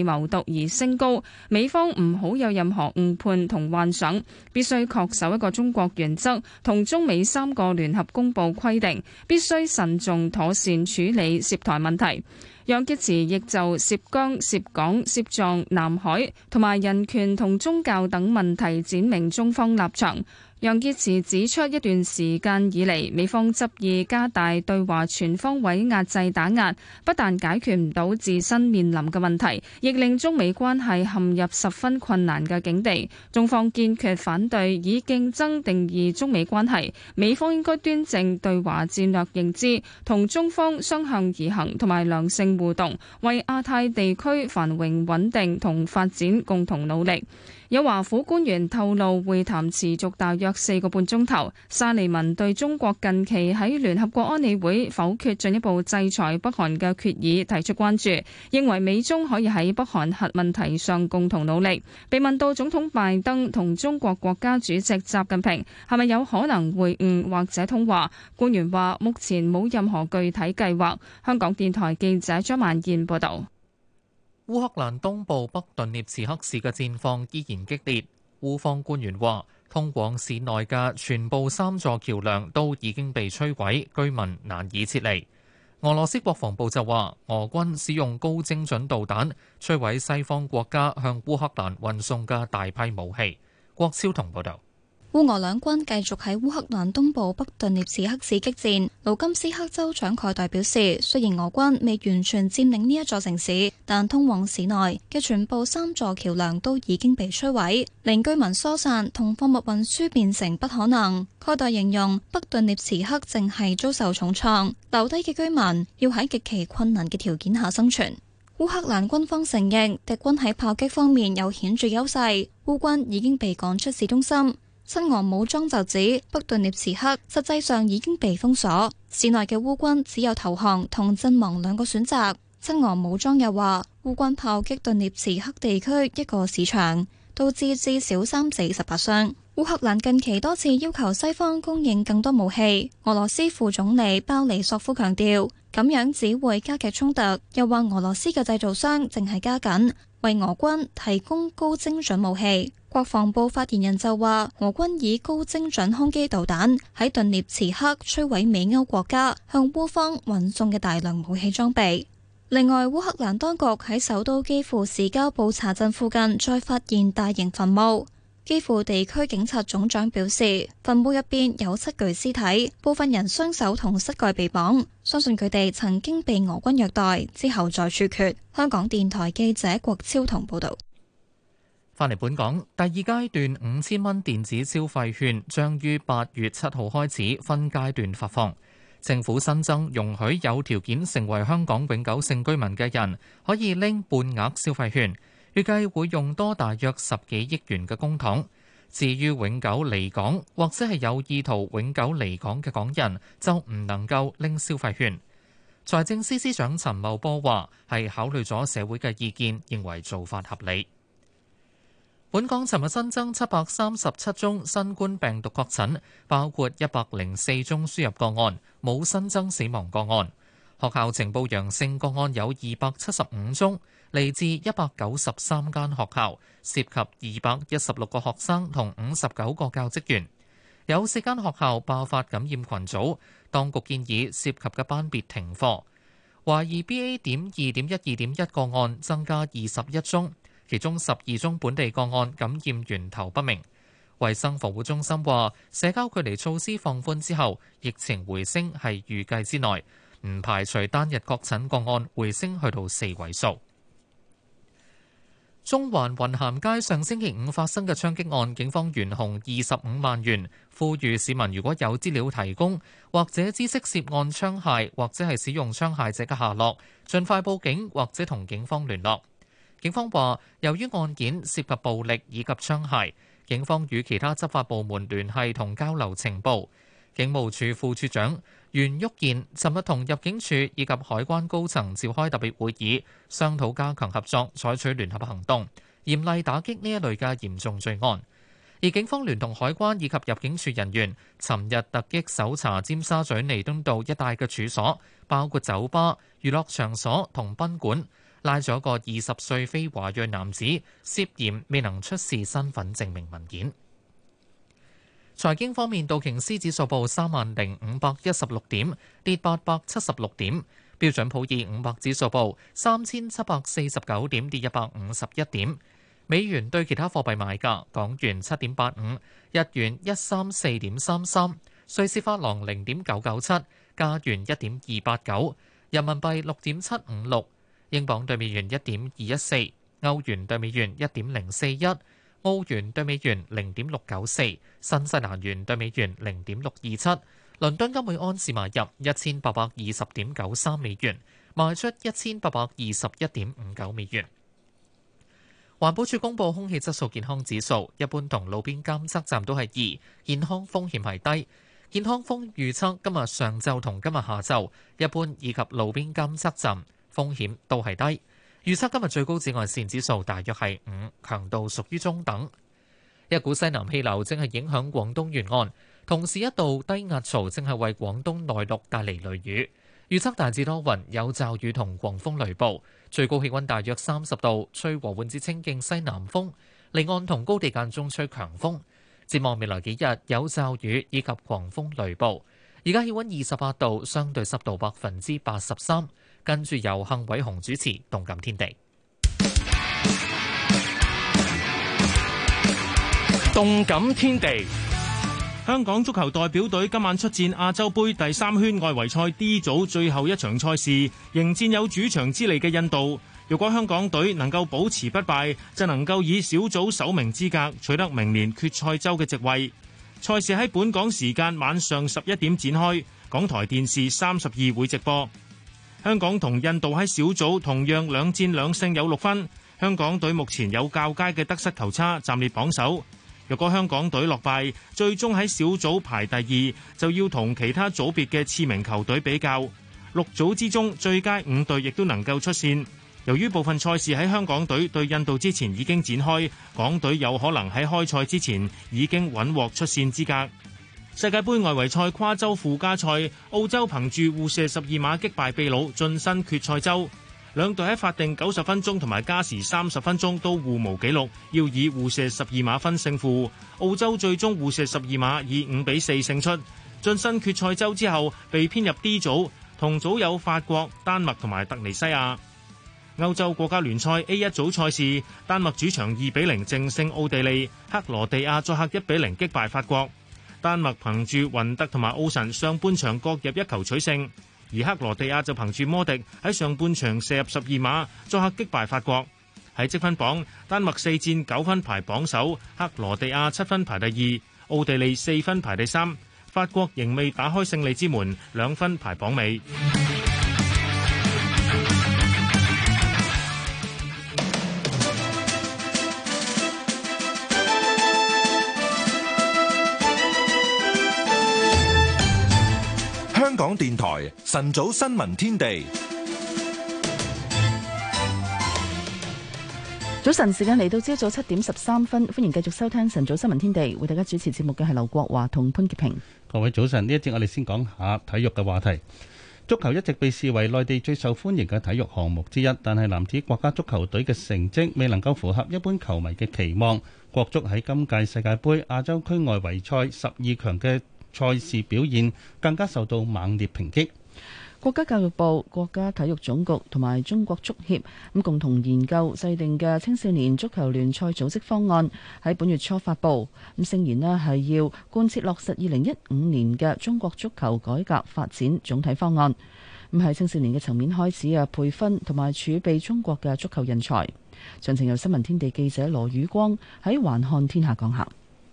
美謀獨而升高，美方唔好有任何誤判同幻想，必須恪守一個中國原則同中美3個聯合公報規定，必須慎重妥善處理涉台問題。楊潔篪亦就涉疆、涉港、涉藏、南海同埋人權同宗教等問題闡明中方立場。楊潔篪指出，一段時間以嚟，美方執意加大對華全方位壓制打壓，不但解決唔到自身面臨嘅問題，亦令中美關係陷入十分困難嘅境地。中方堅決反對以競爭定義中美關係，美方應該端正對華戰略認知，同中方相向而行同埋良性互動，為亞太地區繁榮穩定同發展共同努力。有華府官員透露，會談持續大約4個半鐘頭。沙利文對中國近期喺聯合國安理會否決進一步制裁北韓嘅決議提出關注，認為美中可以喺北韓核問題上共同努力。被問到總統拜登同中國國家主席習近平係咪有可能會晤或者通話，官員話目前冇任何具體計劃。香港電台記者張曼燕報導。 烏克蘭東部北頓涅茨克市嘅戰況依然激烈，烏方官員話，通往市內嘅全部3座橋梁都已經被摧毀，居民難以撤離。俄羅斯國防部就話，俄軍使用高精準導彈摧毀西方國家向烏克蘭運送嘅大批武器。郭超同報導。 烏俄兩軍繼續喺烏克蘭東部北頓涅茨克市激戰。盧甘斯克州長蓋代表示，雖然俄軍未完全佔領呢一座城市，但通往市內嘅全部3座橋梁都已經被摧毀，令居民疏散同貨物運輸變成不可能。蓋代形容北頓涅茨克正係遭受重創，留低嘅居民要喺極其困難嘅條件下生存。烏克蘭軍方承認敵軍喺炮擊方面有顯著優勢，烏軍已經被趕出市中心。親俄武裝就指北頓涅茨克實際上已經被封鎖，市內嘅烏軍只有投降同陣亡2個選擇。親俄武裝又話，烏軍炮擊頓涅茨克地區一個市場，導致至少3死18傷。烏克蘭近期多次要求西方供應更多武器，俄羅斯副總理鮑里索夫強調，咁樣只會加劇衝突，又話俄羅斯嘅製造商正係加緊為俄軍提供高精準武器。國防部發言人就話，俄軍以高精準空基導彈喺頓涅茨克摧毀美歐國家向烏方運送嘅大量武器裝備。另外，烏克蘭當局喺首都基輔市郊布查鎮附近再發現大型墳墓。基輔地區警察總長表示，墳墓入邊有7具屍體，部分人雙手同膝蓋被綁，相信佢哋曾經被俄軍虐待，之後再處決。香港電台記者郭超同報導。 返嚟本港，第2階段5000蚊電子消費券將於8月7號開始分階段發放。政府新增容許有條件成為香港永久性居民嘅人可以拎半額消費券，預計會用多大約10幾億元嘅公帑。至於永久離港或者係有意圖永久離港嘅港人，就唔能夠拎消費券。財政司司長陳茂波話，係考慮咗社會嘅意見，認為做法合理。本港尋日新增737宗新冠病毒確診，包括104宗輸入個案，冇新增死亡個案。學校呈報陽性個案有275宗，嚟自193間學校，涉及216個學生同59個教職員。有4間學校爆發感染群組，當局建議涉及嘅班別停課。懷疑 BA.2.12.1 個案增加21宗。其中12宗本地個案感染源頭不明。衛生防護中心話，社交距離措施放寬之後，疫情回升係預計之內，唔排除單日確診個案回升去到4位數。中環雲咸街上星期5發生嘅槍擊案，警方懸紅25萬元，呼籲市民如果有資料提供，或者知悉涉案槍械或者係使用槍械者嘅下落，盡快報警或者同警方聯絡。警方話，由於案件涉及暴力以及槍械，警方與其他執法部門聯繫同交流情報。警務處副處長袁旭健尋日同入境處以及海關高層召開特別會議，商討加強合作，採取聯合行動，嚴厲打擊呢一類嘅嚴重罪案。而警方聯同海關以及入境處人員，尋日突擊搜查尖沙咀彌敦道一帶嘅處所，包括酒吧、娛樂場所同賓館。 拉咗個20歲非華裔男子，涉嫌未能出示身份證明文件。財經方面，道瓊斯指數報30,516點，跌876點；標準普爾500指數報3,749點，跌151點。美元對其他貨幣買價：港元7.85，日元134.33，瑞士法郎0.997，加元1.289，人民幣6.756，英鎊對美元1.214，歐元對美元1.041。澳元對美元0.694，新西蘭元對美元0.627，倫敦金每安士買入1820.93美元，賣出1821.59美元。環保署公布空氣質素健康指數，一般同路邊監測站都係2，健康風險係低。健康風預測今日上晝同今日下晝，一般以及路邊監測站風險都係低。預測今日最高紫外線指數大約係5，強度屬於中等。一股西南氣流正係影響廣東沿岸，同時一道低壓槽正係為廣東內陸帶嚟雷雨。預測大致多雲，有驟雨同狂風雷暴，最高氣溫大約30度，吹和緩至清勁西南風，離岸同高地間中吹強風。展望未來幾日有驟雨以及狂風雷暴。而家氣溫28度，相對濕度83%。跟住由幸偉雄主持《動感天地》。 動感天地，香港足球代表隊今晚出戰亞洲盃第3圈外圍賽 D 組最後一場賽事，迎戰有主場之利嘅印度。如果香港隊能夠保持不敗，就能夠以小組首名資格取得明年決賽周嘅席位。賽事喺本港時間晚上11點展開，港台電視32會直播。香港同印度喺小組同樣兩戰兩勝有6分，香港隊目前有較佳嘅得失球差，暫列榜首。若果香港隊落敗，最終喺小組排第2，就要同其他組別嘅次名球隊比較。6組之中最佳5隊亦都能夠出線。由於部分賽事喺香港隊對印度之前已經展開，港隊有可能喺開賽之前已經穩獲出線資格。世界盃外圍賽跨洲附加賽，澳洲憑住互射12碼擊敗秘魯晉身決賽周。兩隊喺法定90分鐘同埋加時30分鐘都互無紀錄，要以互射12碼分勝負。澳洲最終互射12碼以5-4勝出，晉身決賽周之後被編入 D 組，同組有法國、丹麥同埋突尼西亞。歐洲國家聯賽 A1 組賽事，丹麥主場2-0淨勝奧地利，克羅地亞作客1-0擊敗法國。丹麥憑住雲特同埋奧神上半場各入1球取勝，而克羅地亞就憑住摩迪喺上半場射入12碼，作客擊敗法國。喺積分榜，丹麥4戰9分排榜首，克羅地亞7分排第2，奧地利4分排第3，法國仍未打開勝利之門，2分排榜尾。 香港電台晨早新聞天地， 早晨時間嚟到朝早7點13分，歡迎繼續收聽晨早新聞天地，為大家主持節目嘅係劉國華同潘潔平。 各位早晨，呢一節我哋先講下體育嘅話題。足球一直被視為內地最受歡迎嘅體育項目之一，但係男子國家足球隊嘅成績未能夠符合一般球迷嘅期望。國足喺今屆世界盃亞洲區外圍賽12強嘅賽事表現更加受到猛烈抨擊。 國家教育部、國家體育總局同埋中國足協共同研究制定嘅青少年足球聯賽組織方案喺本月初發布。聲言呢係要貫徹落實2015年嘅中國足球改革發展總體方案。喺青少年嘅層面開始培訓同埋儲備中國嘅足球人才。詳情由新聞天地記者羅宇光喺環看天下講下。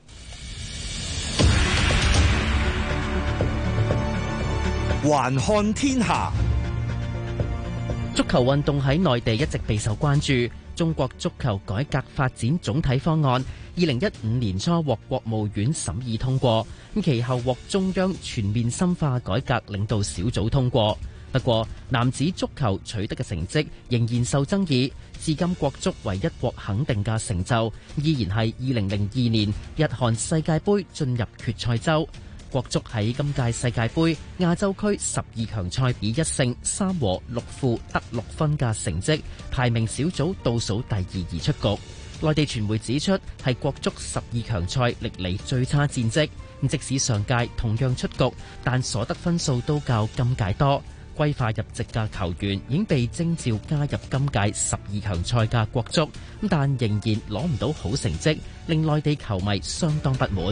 環看天下，足球運動喺內地一直備受關注。中國足球改革發展總體方案2015年初獲國務院審議通過，其後獲中央全面深化改革領導小組通過。不過，男子足球取得嘅成績仍然受爭議。至今國足唯一獲肯定嘅成就，依然係2002年日韓世界盃進入決賽周。 國足喺今屆世界盃亞洲區12強賽以1勝3和6負得6分嘅成績，排名小組倒數第2而出局。內地傳媒指出，係國足12強賽歷嚟最差戰績。即使上屆同樣出局，但所得分數都較今屆多。歸化入籍嘅球員已經被徵召加入今屆12強賽嘅國足，但仍然攞唔到好成績，令內地球迷相當不滿。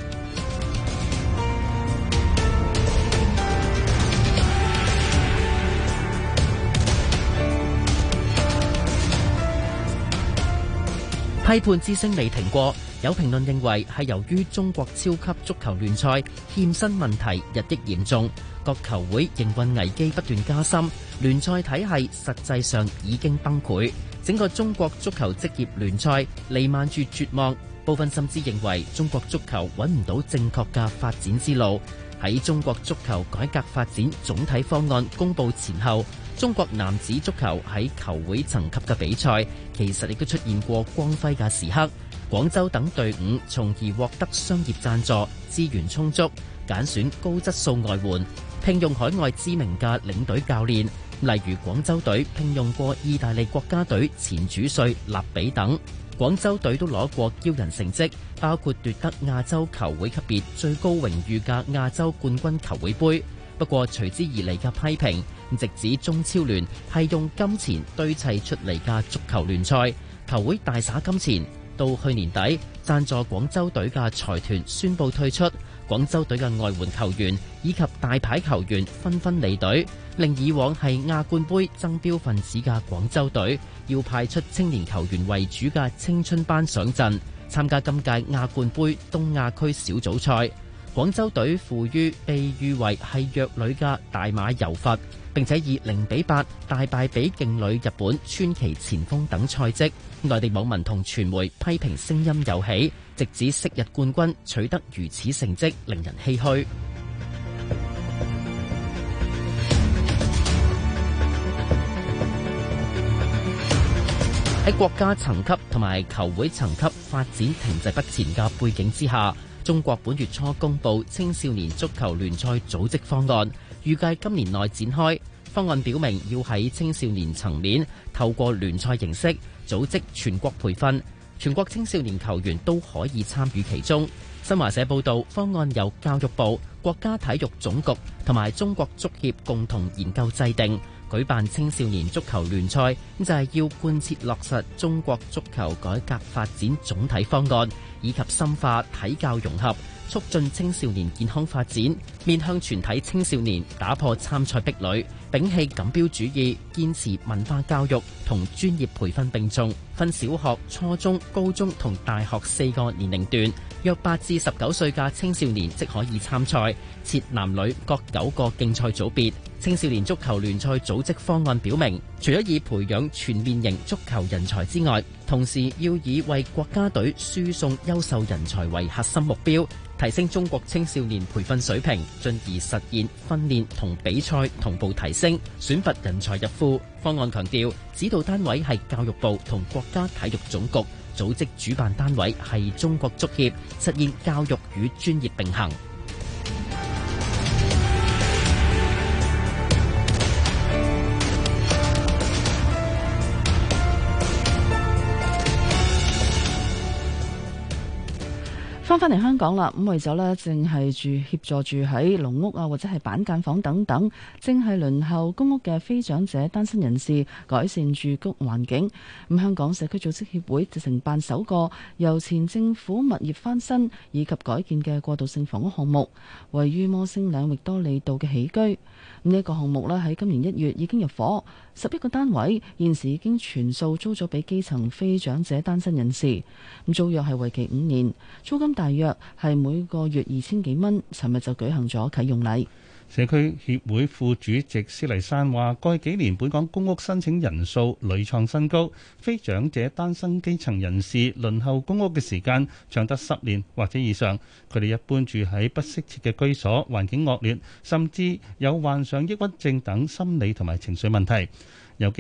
批判之聲未停過，有評論認為係由於中國超級足球聯賽欠薪問題日益嚴重，各球會營運危機不斷加深，聯賽體系實際上已經崩潰，整個中國足球職業聯賽彌漫住絕望，部分甚至認為中國足球揾唔到正確嘅發展之路。喺中國足球改革發展總體方案公佈前後，中國男子足球喺球會層級嘅比賽其實亦都出現過光輝嘅時刻。廣州等隊伍從而獲得商業贊助，資源充足，揀選高質素外援，聘用海外知名嘅領隊教練，例如廣州隊聘用過意大利國家隊前主帥納比等。廣州隊都攞過驕人成績，包括奪得亞洲球會級別最高榮譽嘅亞洲冠軍球會杯。不過隨之而嚟嘅批評，直指中超聯係用金錢堆砌出嚟嘅足球聯賽，球會大灑金錢。到去年底，贊助廣州隊嘅財團宣布退出，廣州隊嘅外援球員以及大牌球員紛紛離隊，令以往係亞冠杯爭標分子嘅廣州隊要派出青年球員為主嘅青春班上陣，參加今屆亞冠杯東亞區小組賽。廣州隊負於被譽為係弱旅嘅大馬柔佛，並且以0-8大敗俾勁旅日本川崎前鋒等賽績。內地網民同傳媒批評聲音又起，直指昔日冠軍取得如此成績令人唏噓。喺國家層級同埋球會層級發展停滯不前嘅背景之下，中國本月初公布青少年足球聯賽組織方案，預計今年內展開。方案表明要喺青少年層面透過聯賽形式組織全國培訓，全國青少年球員都可以參與其中。新華社報道，方案由教育部、國家體育總局同埋中國足協共同研究制定，舉辦青少年足球聯賽，就係要貫徹落實中國足球改革發展總體方案，以及深化體教融合，促進青少年健康發展，面向全體青少年打破參賽壁壘，摒棄錦標主義，堅持文化教育同專業培訓並重，分小學、初中、高中同大學4個年齡段，約8至19歲嘅青少年即可以參賽，設男女各9個競賽組別。青少年足球聯賽組織方案表明，除咗以培養全面型足球人才之外，同時要以為國家隊輸送優秀人才為核心目標，提升中國青少年培訓水平，進而實現訓練同比賽同步提升，選拔人才入庫。方案強調，指導單位係教育部同國家體育總局，組織主辦單位係中國足協，實現教育與專業並行。 翻嚟香港啦，咁為咗呢，正係協助住喺籠屋啊，或者係板間房等等，正係輪候公屋嘅非長者單身人士改善住屋環境。咁香港社區組織協會就承辦首個由前政府物業翻新以及改建嘅過渡性房屋項目，位於摩星嶺域多利道嘅喜居。呢一個項目呢，喺今年1月已經入伙，11個單位現時已經全數租咗俾基層非長者單身人士。咁租約係為期5年，租金大約係每個月2000幾蚊。尋日就舉行咗啟用禮。 社區協會副主席施麗珊話：過去幾年本港公屋申請人數屢創新高，非長者單身基層人士輪候公屋嘅時間長達10年或者以上。佢哋一般住喺不適切嘅居所，環境惡劣，甚至有患上抑鬱症等心理同埋情緒問題。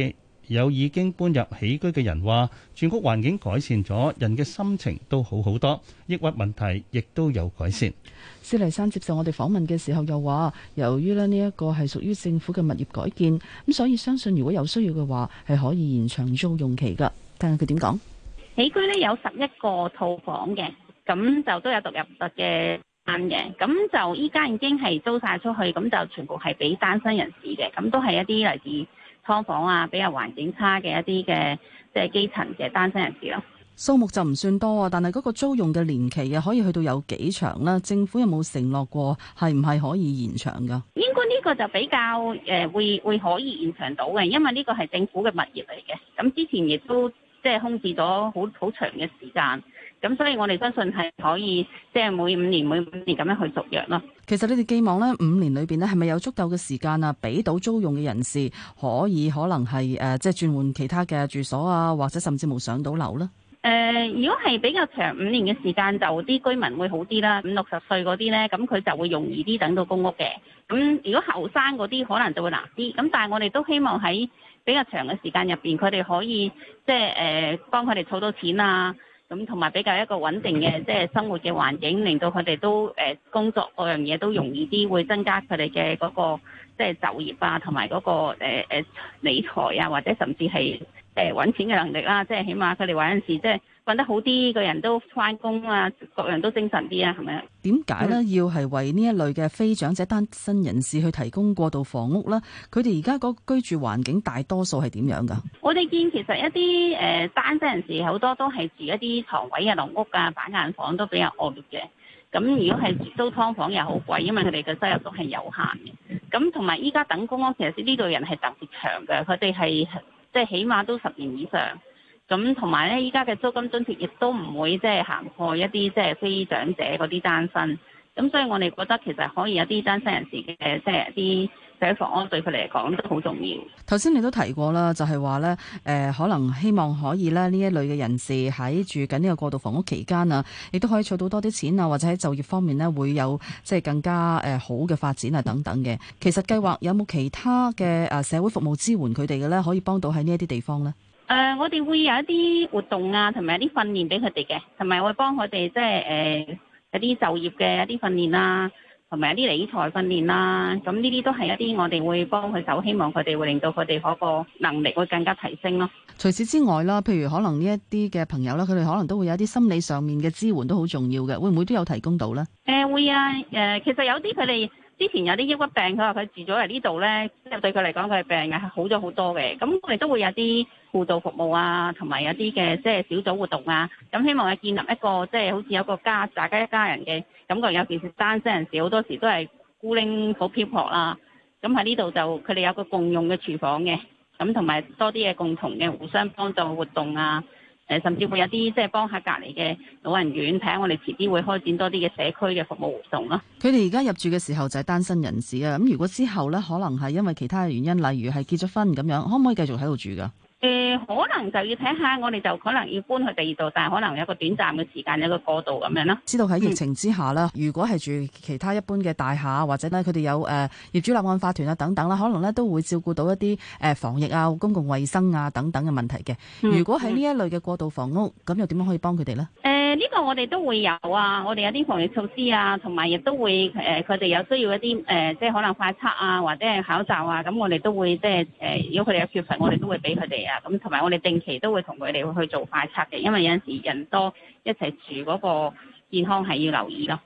有已經搬入起居嘅人話，住屋環境改善咗，人嘅心情都好好多，抑鬱問題亦都有改善。 施麗珊接受我哋訪問嘅時候又話，由於呢一個係屬於政府嘅物業改建，咁所以相信如果有需要嘅話，係可以延長租用期㗎。聽下佢點講。 起居咧有11個套房嘅，咁就都有獨入嘅單嘅，咁就依家已經係租晒出去，咁就全部係俾單身人士嘅，咁都係一啲嚟自劏房啊，比較環境差嘅一啲嘅即係基層嘅單身人士咯。 數目就唔算多啊，但係嗰個租用嘅年期啊，可以去到有幾長啦？政府有冇承諾過係唔係可以延長㗎？ 應該呢個就比較會可以延長到嘅，因為呢個係政府嘅物業嚟嘅，咁之前亦都即係空置咗好長嘅時間，咁所以我哋相信係可以即係每5年咁樣去續約咯。 其實你哋寄望呢5年裏邊呢係咪有足夠嘅時間啊，俾到租用嘅人士可能係即係轉換其他嘅住所啊，或者甚至冇上到樓呢？ 如果係比較長5年嘅時間，就啲居民會好啲啦。50-60歲嗰啲呢，咁佢就會容易啲等到公屋嘅。咁如果後生嗰啲可能就會難啲。咁但係我哋都希望喺比較長嘅時間入邊，佢哋可以即係幫佢哋儲到錢啊。咁同埋比較一個穩定嘅即係生活嘅環境，令到佢哋都工作各樣嘢都容易啲，會增加佢哋嘅嗰個即係就業啊，同埋嗰個理財啊，或者甚至係揾錢嘅能力啦。即係起碼佢哋話有陣時即係揾得好啲，個人都返工啊，各樣都精神啲啊，係咪啊？點解呢？要係為呢一類嘅非長者單身人士去提供過渡房屋呢？佢哋而家嗰個居住環境大多數係點樣㗎？我哋見其實一啲單身人士好多都係住一啲床位嘅籠屋啊、板間房都比較惡劣嘅。咁如果係租劏房又好貴，因為佢哋嘅收入都係有限嘅。咁同埋依家等公屋，其實呢類人係特別長嘅，佢哋係即係起碼都10年以上。咁同埋咧，依家嘅租金津貼亦都唔會即係涵蓋一啲即係非長者嗰啲單身。咁所以我哋覺得其實可以有啲單身人士嘅即係一啲社會房屋對佢哋嚟講都好重要。頭先你都提過啦，就係話咧可能希望可以咧呢一類嘅人士喺住緊呢個過渡房屋期間啊，亦都可以儲到多啲錢啊，或者喺就業方面呢會有即係更加好嘅發展啊等等嘅。其實計劃有冇其他嘅社會服務支援佢哋嘅咧，可以幫到喺呢一啲地方咧？我哋會有一啲活動啊，同埋一啲訓練俾佢哋嘅，同埋會幫佢哋即係有啲就業嘅一啲訓練啦，同埋一啲理財訓練啦。咁呢啲都係一啲我哋會幫佢手，希望佢哋會令到佢哋嗰個能力會更加提升咯。除此之外啦，譬如可能呢一啲嘅朋友啦，佢哋可能都會有一啲心理上面嘅支援都好重要嘅，會唔會都有提供到咧？會啊，其實有啲佢哋之前有啲抑鬱病，佢話佢住咗嚟呢度咧，即係對佢嚟講佢嘅病係好咗好多嘅。咁我哋都會有啲輔導服務啊，同埋有啲嘅即係小組活動啊。咁希望係建立一個即係好似有個家，大家一家人嘅感覺。尤其是單身人士，好多時都係孤零好漂泊啦。咁喺呢度就佢哋有個共用嘅廚房嘅，咁同埋多啲嘅共同嘅互相幫助活動啊。甚至會有啲即係幫下隔離嘅老人院，睇下我哋遲啲會開展多啲嘅社區嘅服務活動咯。佢哋而家入住嘅時候就係單身人士啊，咁如果之後呢，可能係因為其他嘅原因，例如係結咗婚咁樣，可唔可以繼續喺度住㗎？可能就要睇下，我哋就可能要搬去第二度，但係可能有個短暫嘅時間，有個過渡咁樣咯。知道喺疫情之下啦，如果係住其他一般嘅大廈，或者呢佢哋有業主立案法團啊等等啦，可能呢都會照顧到一啲防疫啊、公共衛生啊等等嘅問題嘅。如果喺呢一類嘅過渡房屋，咁又點樣可以幫佢哋呢？呢個我哋都會有啊，我哋有啲防疫措施啊，同埋亦都會佢哋有需要一啲即係可能快測啊，或者係考照啊，咁我哋都會即係如果佢哋有缺乏，我哋都會俾佢哋啊。咁同埋我哋定期都會同佢哋去做快測嘅，因為有陣時人多一齊住嗰個健康係要留意咯。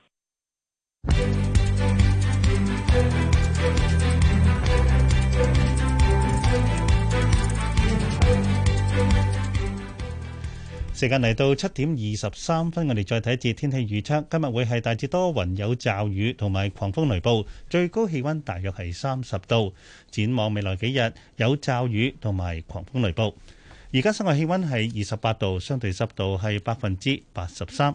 時間嚟到7點23分，我哋再睇一節天氣預測。今日會係大致多雲，有驟雨同埋狂風雷暴，最高氣溫大約係30度。展望未來幾日有驟雨同埋狂風雷暴。而家室外氣溫係28度，相對濕度係83%。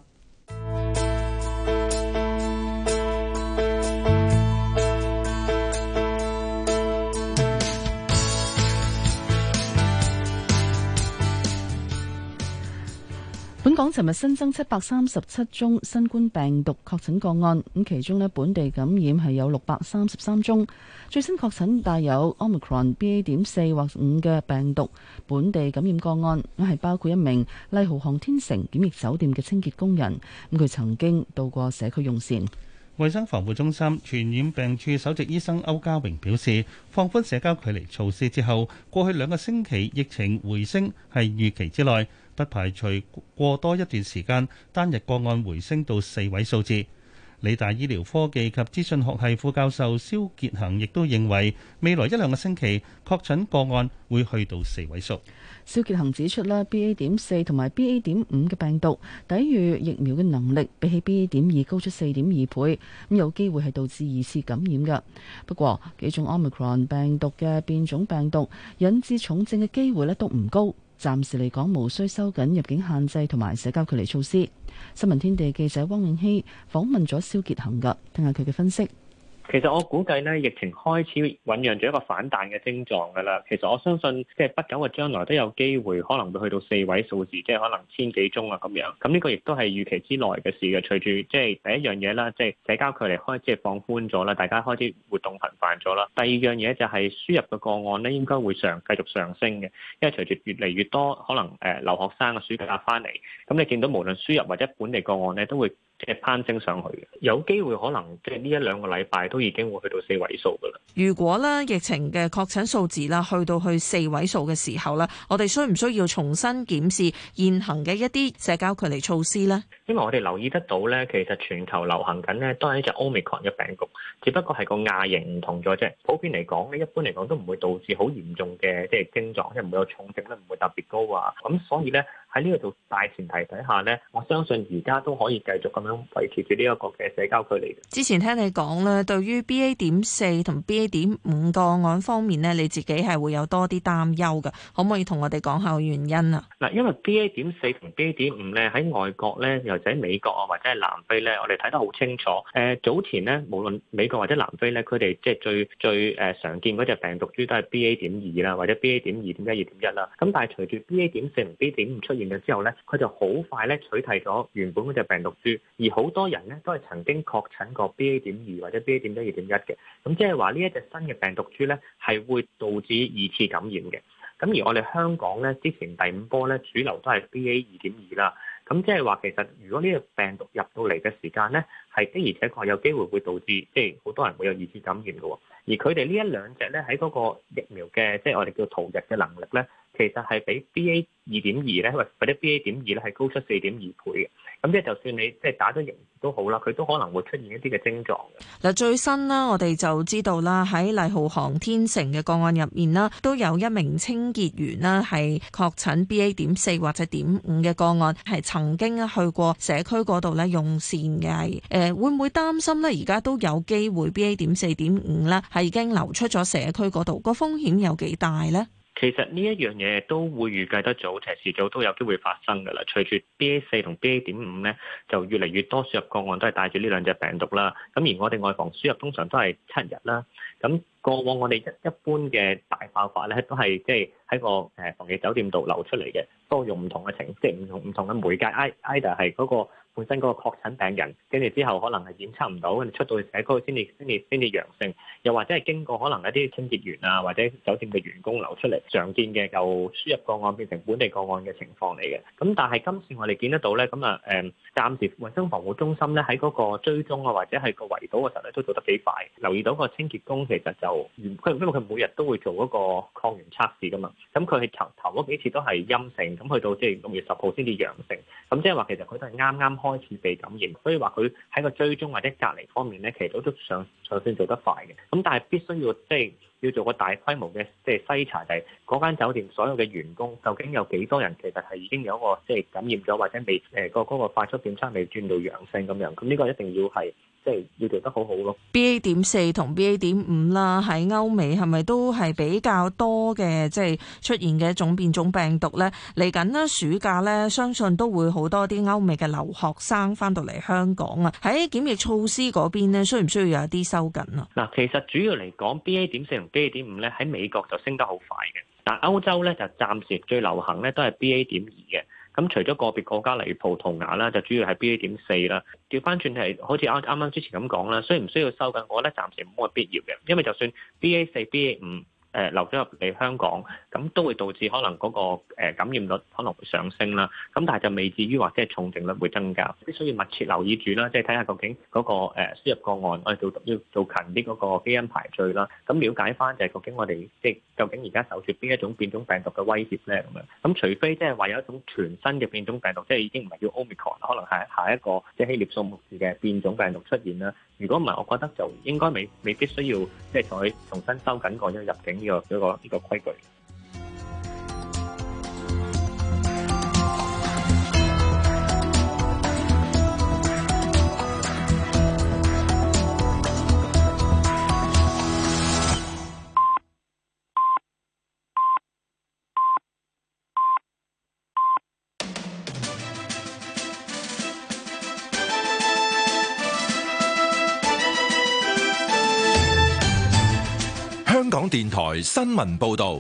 本港尋日新增737宗新冠病毒確診個案，咁其中呢本地感染係有633宗，最新確診帶有 Omicron BA.4 或5嘅病毒本地感染個案，咁係包括一名麗豪航天城檢疫酒店嘅清潔工人，咁佢曾經到過社區用膳。 衛生防護中心傳染病處首席醫生歐家榮表示，放寬社交距離措施之後，過去2個星期疫情回升係預期之內，不排除過多一段時間單日個案回升到4位數字。理大醫療科技及資訊學系副教授蕭傑恒亦都認為，未來1-2個星期確診個案會去到4位數。 蕭傑恒指出啦，BA.4同埋 BA.5嘅病毒抵禦疫苗嘅能力比起 BA.2 高出4.2倍，咁有機會係導致2次感染嘅。不過幾種 Omicron 病毒嘅變種病毒引致重症嘅機會咧都唔高。暫時嚟講，無需收緊入境限制同埋社交距離措施。新聞天地記者汪永熙訪問咗蕭傑恒㗎，聽下佢嘅分析。 其實我估計咧，疫情開始醖釀咗一個反彈嘅症狀㗎啦。其實我相信，即係不久嘅將來都有機會可能會去到4位數字，即係可能1000幾宗啊咁樣。咁呢個亦都係預期之內嘅事嘅。隨住即係第一樣嘢啦，即係社交距離開始放寬咗啦，大家開始活動頻繁咗啦。第二樣嘢就係輸入嘅個案咧，應該會繼續上升嘅，因為隨住越嚟越多可能留學生嘅暑假翻嚟，咁你見到無論輸入或者本地個案咧，都會即係攀升上去嘅，有機會可能即係呢1-2個禮拜都已經會去到4位數㗎啦。 如果咧疫情嘅確診數字啦，去到去4位數嘅時候咧，我哋需唔需要重新檢視現行嘅一啲社交距離措施呢？ 因為我哋留意得到咧，其實全球流行緊咧都係一隻 Omicron 嘅病毒，只不過係個亞型唔同咗啫。普遍嚟講咧，一般嚟講都唔會導致好嚴重嘅即係症狀，即係唔會有重症咧，唔會特別高啊。咁所以咧喺呢個做大前提底下咧，我相信而家都可以繼續咁樣維持住呢一個嘅社交距離。 之前聽你講咧，對於 BA.4 同 BA.5 個案方面咧，你自己係會有多啲擔憂嘅，可唔可以同我哋講下原因啊？ 嗱，因為 BA.4 同 BA.5 咧喺外國咧，又或者美國啊或者係南非咧，我哋睇得好清楚。早前咧，無論美國或者南非咧，佢哋即係最常見嗰隻病毒株都係 BA.2 啦，或者 BA.2.1、2.1啦。咁但係隨住 BA.4 同 BA.5 出現咗之後咧，佢就好快咧取替咗原本嗰隻病毒株，而好多人咧都係曾經確診過 BA.2 或者 BA.1、2.1嘅。咁即係話呢一隻新嘅病毒株咧係會導致2次感染嘅。咁而我哋香港咧之前第5波咧主流都係 BA.2.2 啦。咁即係話其實如果呢個病毒入到嚟嘅時間咧，係的而且確有機會會導致即係好多人會有2次感染嘅。而佢哋呢1-2隻咧喺嗰個疫苗嘅即係我哋叫逃逸嘅能力咧，其實係比 BA.2.2 咧或者 BA.2 咧係高出4.2倍嘅。咁即係就算你即係打咗疫苗都好啦，佢都可能會出現一啲嘅症狀嘅。 嗱，最新啦，我哋就知道啦，喺麗豪航天城嘅個案入面啦，都有一名清潔員啦係確診 BA.4 或者.5嘅個案，係曾經去過社區嗰度咧用膳嘅。會唔會擔心咧？而家都有機會 BA.4.5 咧係已經流出咗社區嗰度，個風險有幾大咧？ 其實呢一樣嘢都會預計得早，其實遲早都有機會發生㗎啦。隨住 BA.4 同 BA.5 咧，就越嚟越多輸入個案都係帶住呢2隻病毒啦。咁而我哋外防輸入通常都係7日啦。咁過往我哋一般嘅大爆發咧，都係即係喺個防疫酒店度流出嚟嘅，都用唔同嘅即係唔同嘅媒介，either 係嗰個本身嗰個確診病人，跟住之後可能係檢測唔到，跟住出到去社區先至陽性，又或者係經過可能一啲清潔員啊或者酒店嘅員工流出嚟，常見嘅由輸入個案變成本地個案嘅情況嚟嘅。咁但係今次我哋見得到咧，咁啊暫時衞生防護中心咧喺嗰個追蹤啊或者係個圍堵嘅時候咧都做得幾快，留意到個清潔工其實就因為佢每日都會做嗰個抗原測試噶嘛，咁佢係頭嗰幾次都係陰性，咁去到即係6月10號先至陽性，咁即係話其實佢都係啱啱開始被感染，所以話佢喺個追蹤或者隔離方面咧，其實都尚算做得快嘅。咁但係必須要即係要做個大規模嘅即係篩查，就係嗰間酒店所有嘅員工究竟有幾多人其實係已經有一個即係感染咗，或者未嗰個快速檢測未轉到陽性咁樣，咁呢個一定要係即係要做得好好咯。 BA.4 同 BA.5 啦，喺歐美係咪都係比較多嘅即係出現嘅一種變種病毒咧？嚟緊啦，暑假咧，相信都會好多啲歐美嘅留學生翻到嚟香港啊。喺檢疫措施嗰邊咧，需唔需要有啲收緊啊？ 嗱，其實主要嚟講 BA.4 同 BA.5 咧喺美國就升得好快嘅，但歐洲咧就暫時最流行咧都係 BA.2 嘅。 咁除咗個別國家例如葡萄牙啦，就主要係 BA.4 啦。調翻轉係好似啱之前咁講啦，需唔需要收緊？我覺得暫時冇乜必要嘅，因為就算 BA.4、BA.5流咗入嚟香港，咁都會導致可能嗰個感染率可能會上升啦。咁但係就未至於話即係重症率會增加，必須要密切留意住啦，即係睇下究竟嗰個輸入個案，我哋要做近啲嗰個基因排序啦。咁了解翻就係究竟我哋即係究竟而家受住邊一種變種病毒嘅威脅咧咁樣。咁除非即係話有一種全新嘅變種病毒，即係已經唔係叫 Omicron，可能係下一個即係希臘數目字嘅變種病毒出現啦。如果唔係，我覺得就應該未必需要即係再重新收緊個入境呢個規矩。 香港電台新聞報道。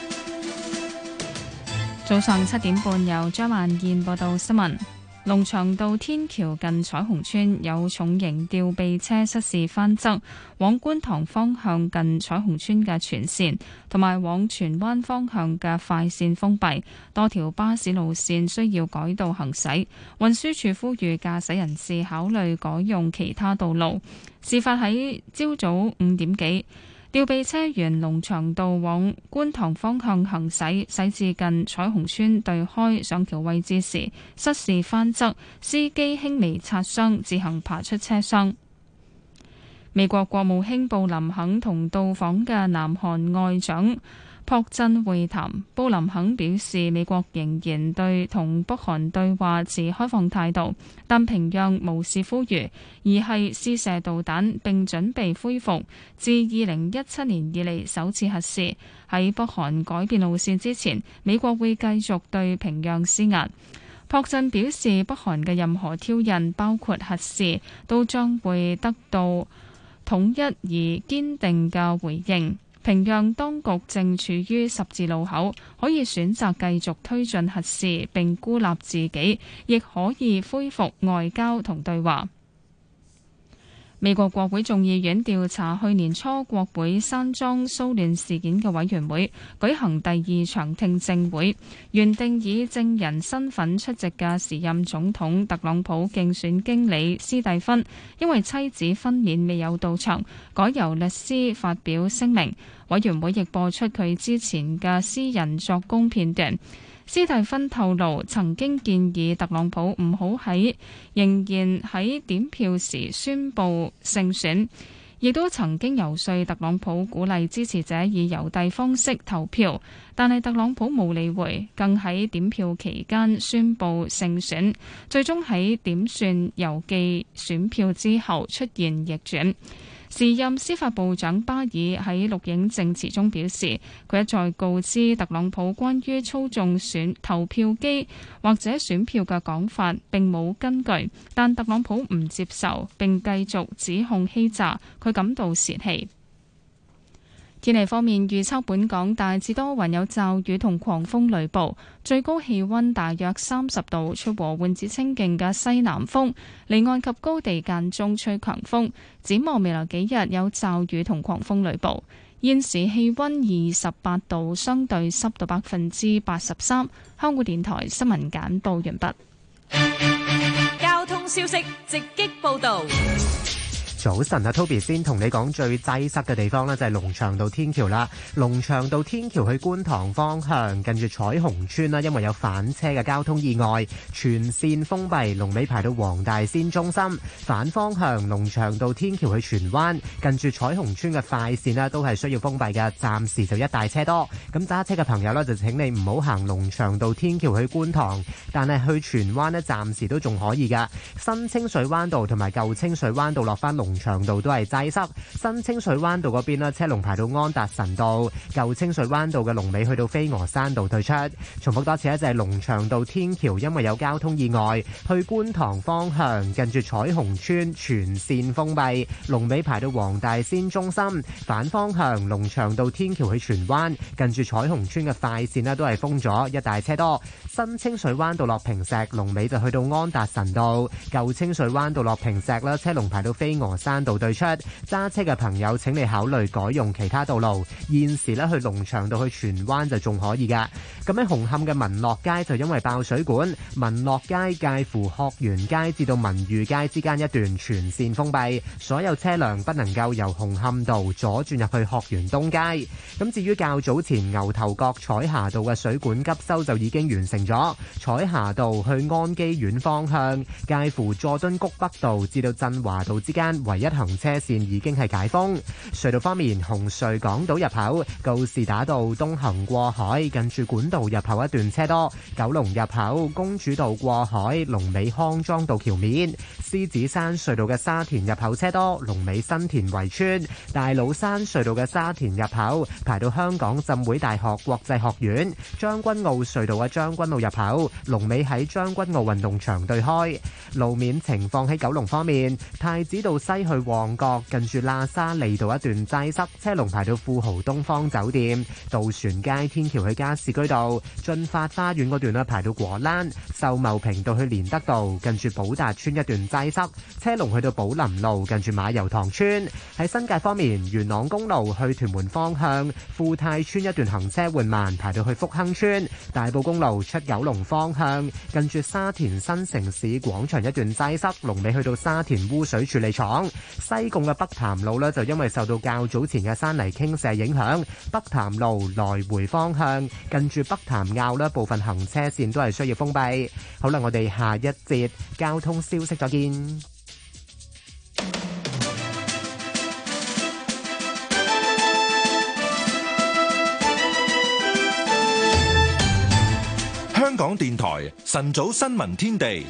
早上7點半，由張萬燕報道新聞。龍翔道天橋近彩虹村有重型吊臂車失事翻側，往觀塘方向近彩虹村嘅全線同埋往荃灣方向嘅快線封閉，多條巴士路線需要改道行駛。運輸署呼籲駕駛人士考慮改用其他道路。事發喺朝早5點幾。吊臂車沿龍翔道往觀塘方向行駛，駛至近彩虹村對開上橋位置時失事翻側，司機輕微擦傷，自行爬出車廂。美國國務卿布林肯同到訪嘅南韓外長朴振會談，布林肯表示美國仍然對同北韓對話持開放態度，但平壤無視呼籲，而係試射導彈並準備恢復自2017年以嚟首次核試。喺北韓改變路線之前，美國會繼續對平壤施壓。朴振表示，北韓嘅任何挑釁，包括核試，都將會得到統一而堅定嘅回應。平壤當局正處於十字路口，可以選擇繼續推進核試並孤立自己，亦可以恢復外交同對話。美國國會眾議院調查去年初國會山莊騷亂事件嘅委員會舉行第2場聽證會，原定以證人身份出席嘅時任總統特朗普競選經理斯蒂芬，因為妻子分娩未有到場，改由律師發表聲明。委員會亦播出佢之前嘅私人作供片段。斯蒂芬透露，曾經建議特朗普唔好仍然喺點票時宣布勝選，亦都曾經游說特朗普鼓勵支持者以郵遞方式投票，但係特朗普冇理會，更喺點票期間宣布勝選，最終喺點算郵寄選票之後出現逆轉。時任司法部長巴爾喺錄影證詞中表示，佢一再告知特朗普關於操縱投票機或者選票嘅講法並冇根據，但特朗普唔接受並繼續指控欺詐，佢感到泄氣。天氣方面，預測本港大致多雲，有驟雨同狂風雷暴，最高氣溫大約30度，吹和緩至清勁嘅西南風，離岸及高地間中吹強風。展望未來幾日有驟雨同狂風雷暴。現時氣溫28度，相對濕度83%。香港電台新聞簡報完畢。 交通消息直擊報道。 早晨啊 ，Toby 先同你講最擠塞嘅地方呢，就係龍翔道天橋啦。龍翔道天橋去觀塘方向，近住彩虹村啦，因為有反車嘅交通意外，全線封閉，龍尾排到黃大仙中心。反方向龍翔道天橋去荃灣，近住彩虹村嘅快線啦，都係需要封閉嘅，暫時就一大車多。咁揸車嘅朋友呢，就請你唔好行龍翔道天橋去觀塘，但係去荃灣呢，暫時都仲可以噶。新清水灣道同埋舊清水灣道落翻龍龍翔道都係擠塞。新清水灣道嗰邊啦，車龍排到安達臣道；舊清水灣道嘅龍尾去到飛鵝山道對出。重複多次咧，就係龍翔道天橋，因為有交通意外，去觀塘方向近住彩虹村全線封閉，龍尾排到黃大仙中心。反方向龍翔道天橋去荃灣，近住彩虹村嘅快線咧都係封咗，一大車多。新清水灣道落坪石，龍尾就去到安達臣道；舊清水灣道落坪石啦，車龍排到飛鵝山道對出。揸車嘅朋友請你考慮改用其他道路。現時咧去龍翔道去荃灣就仲可以噶。咁喺紅磡嘅民樂街就因為爆水管，民樂街介乎學園街至到民裕街之間一段全線封閉，所有車輛不能夠由紅磡道左轉入去學園東街。咁至於較早前牛頭角彩霞道嘅水管急修就已經完成咗，彩霞道去安基苑方向介乎佐敦谷北道至到振華道之間唯一行車線已經係解封。隧道方面，紅隧港島入口告士打道東行過海近住管道入口一段車多，九龍入口公主道過海龍尾康莊道橋面，獅子山隧道嘅沙田入口車多，龍尾新田圍村，大老山隧道嘅沙田入口排到香港浸會大學國際學院，將軍澳隧道嘅將軍澳入口龍尾喺將軍澳運動場對開。路面情況喺九龍方面，太子道西去旺角近住喇沙利道一段擠塞，車龍排到富豪東方酒店，渡船街天橋去加士居道，駿發花園嗰段咧排到果欄，秀茂坪道去連德道近住寶達村一段擠塞，車龍去到寶林路近住馬油塘村。喺新界方面，元朗公路去屯門方向富泰村一段行車緩慢，排到去福亨村；大埔公路出九龍方向近住沙田新城市廣場一段擠塞，龍尾去到沙田污水處理廠。西貢嘅北潭路呢，就因為受到較早前嘅山泥傾瀉影響，北潭路來回方向近住北潭坳呢部分行車線都係需要封閉。好啦，我哋下一節交通消息再見。 香港電台晨早新聞天地。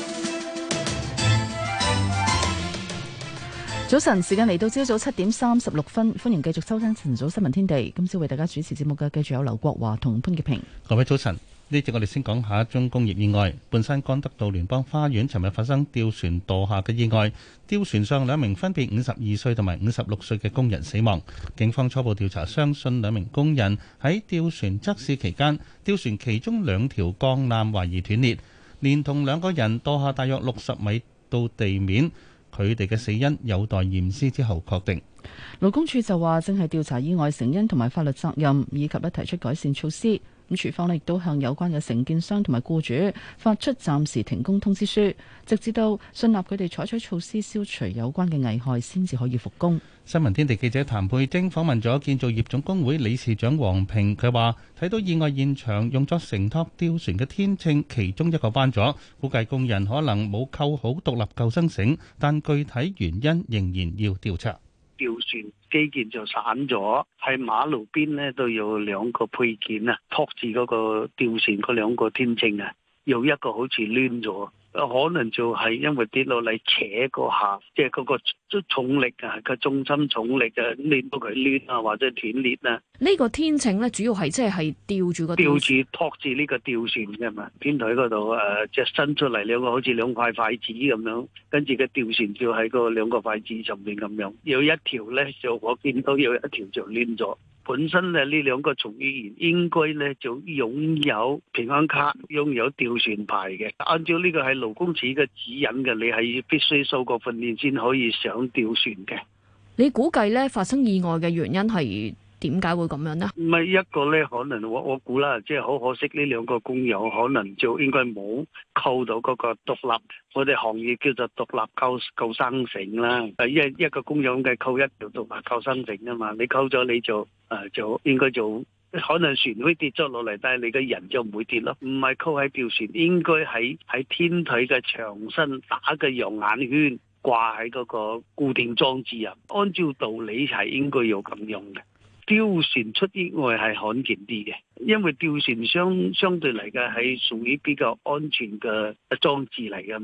早晨，時間嚟到朝早7:36，歡迎繼續收聽晨早新聞天地。今朝為大家主持節目嘅，繼續有劉國華同潘潔平。 各位早晨，呢節我哋先講下一宗工業意外。半山干德道聯邦花園尋日發生吊船墮下嘅意外，吊船上兩名分別52歲同埋56歲嘅工人死亡。警方初步調查相信兩名工人喺吊船測試期間，吊船其中兩條鋼纜懷疑斷裂，連同兩個人墮下大約60米到地面。佢哋嘅死因有待驗屍之後確定。 勞工處就話正係調查意外成因同埋法律責任，以及提出改善措施。咁處方亦都向有關嘅承建商同埋僱主發出暫時停工通知書，直至到信納佢哋採取措施消除有關嘅危害，先至可以復工。 新聞天地記者譚佩晶訪問咗建造業總工會理事長黃平，佢話睇到意外現場用作承托吊船嘅天秤其中一個彎咗，估計工人可能冇扣好獨立救生繩，但具體原因仍然要調查。 吊船機件就散咗，喺馬路邊呢都有兩個配件啊，托住嗰個吊船嗰兩個天秤啊，有一個好似攣咗。可能就係因為跌落嚟扯嗰下，即係嗰個重力啊，個重心重力啊，令到佢攣啊或者斷裂啊。 呢個天秤咧，主要係即係吊住個吊住托住呢個吊船嘅嘛，天台嗰度即係伸出嚟兩個好似兩塊筷子咁樣，跟住個吊船就喺個兩個筷子上面咁樣，有一條咧就我見到有一條就攣咗。本身呢兩個從業員應該呢就擁有平安卡，擁有吊船牌嘅。按照呢個係勞工處嘅指引嘅，你係必須受過訓練先可以上吊船嘅。 你估計呢發生意外嘅原因係點解會咁樣呢？ 唔係一個呢，可能我估啦，即係好可惜呢兩個工友可能就應該冇扣到嗰個獨立，我哋行業叫做獨立救生繩啦。一個工友嘅扣一條獨立救生繩啊嘛，你扣咗你就應該就可能船會跌咗落嚟，但係你嘅人就唔會跌咯。唔係扣喺吊船，應該喺天台嘅牆身打個羊眼圈，掛喺嗰個固定裝置啊。按照道理係應該要咁用嘅。吊船出意外係罕見啲嘅，因為吊船相對嚟嘅係屬於比較安全嘅裝置嚟噶嘛。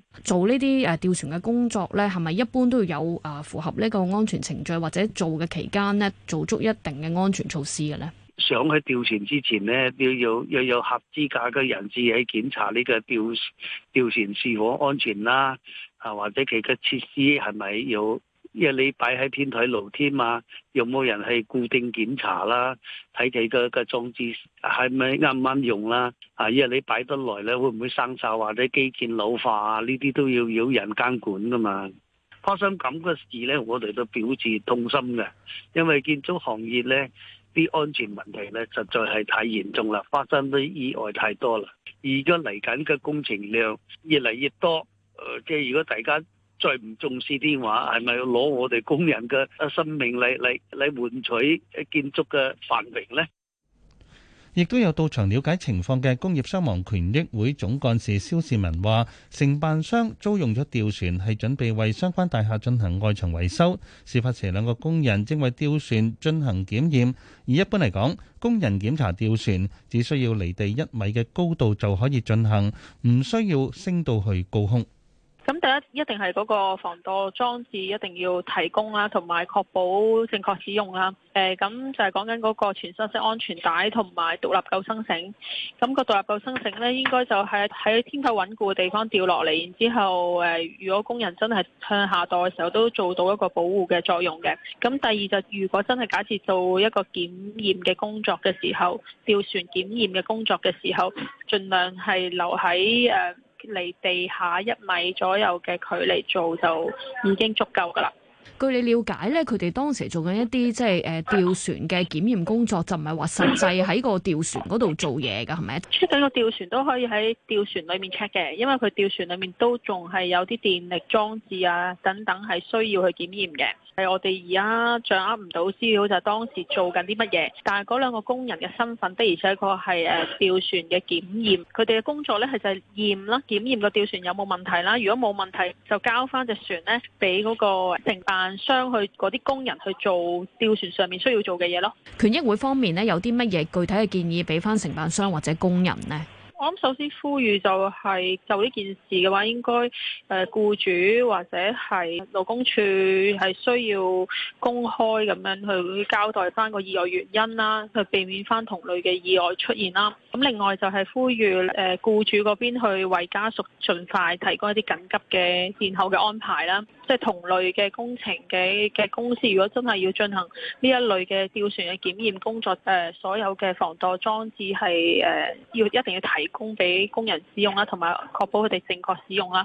做呢啲吊船嘅工作咧，係咪一般都要有符合呢個安全程序，或者做嘅期間呢，做足一定嘅安全措施嘅咧？ 上去吊船之前呢，要有合資格嘅人士去檢查呢個吊船是否安全啦，或者佢嘅設施係咪有，因為你擺喺天台露天啊，有冇人去固定檢查啦，睇佢嘅裝置係咪啱唔啱用啦，因為你擺得耐咧，會唔會生鏽或者基建老化啊？呢啲都要有人監管噶嘛。發生咁嘅事咧，我哋都表示痛心嘅，因為建築行業咧啲安全問題咧實在係太嚴重啦，發生啲意外太多啦。而家嚟緊嘅工程量越嚟越多，即係如果大家再唔重視啲話，係咪要攞我哋工人嘅生命嚟換取建築嘅繁榮呢？ 亦都有到場了解情況嘅工業傷亡權益會總幹事蕭士文話，承辦商租用咗吊船係準備為相關大廈進行外牆維修。事發時兩個工人正為吊船進行檢驗，而一般嚟講，工人檢查吊船只需要離地1米嘅高度就可以進行，唔需要升到去高空。 咁第一定係嗰個防墮裝置一定要提供啦，同埋確保正確使用啦。咁就係講緊嗰個全身式安全帶同埋獨立救生繩。咁個獨立救生繩呢，應該就係喺天台穩固嘅地方掉落嚟，然之後如果工人真係向下墮嘅時候，都做到一個保護嘅作用嘅。咁第二就如果真係假設做一個檢驗嘅工作嘅時候，吊船檢驗嘅工作嘅時候，盡量係留喺離地下1米左右嘅距離做就已經足夠㗎啦。 據你了解咧，佢哋當時做緊一啲即係吊船嘅檢驗工作，就唔係話實際喺個吊船嗰度做嘢㗎，係咪？check緊個吊船都可以喺吊船裡面 check 嘅，因為佢吊船裡面都仲係有啲電力裝置啊等等係需要去檢驗嘅。係我哋而家掌握唔到資料，就係當時做緊啲乜嘢，但係嗰兩個工人嘅身份的而且確係吊船嘅檢驗，佢哋嘅工作咧係就係驗啦，檢驗個吊船有冇問題啦。如果冇問題，就交翻隻船咧俾嗰個承辦商去嗰啲工人去做吊船上面需要做嘅嘢咯。權益會方面咧，有啲乜嘢具體嘅建議俾翻承辦商或者工人呢？我諗首先呼籲就係就呢件事嘅話，應該僱主或者係勞工處係需要公開咁樣去交代翻個意外原因啦，去避免翻同類嘅意外出現啦。咁另外就係呼籲僱主嗰邊去為家屬盡快提供一啲緊急嘅善後嘅安排啦。即係同類嘅工程嘅公司，如果真係要進行呢一類嘅吊船嘅檢驗工作，所有嘅防墮裝置係一定要提供俾工人使用啦，同埋確保佢哋正確使用啦。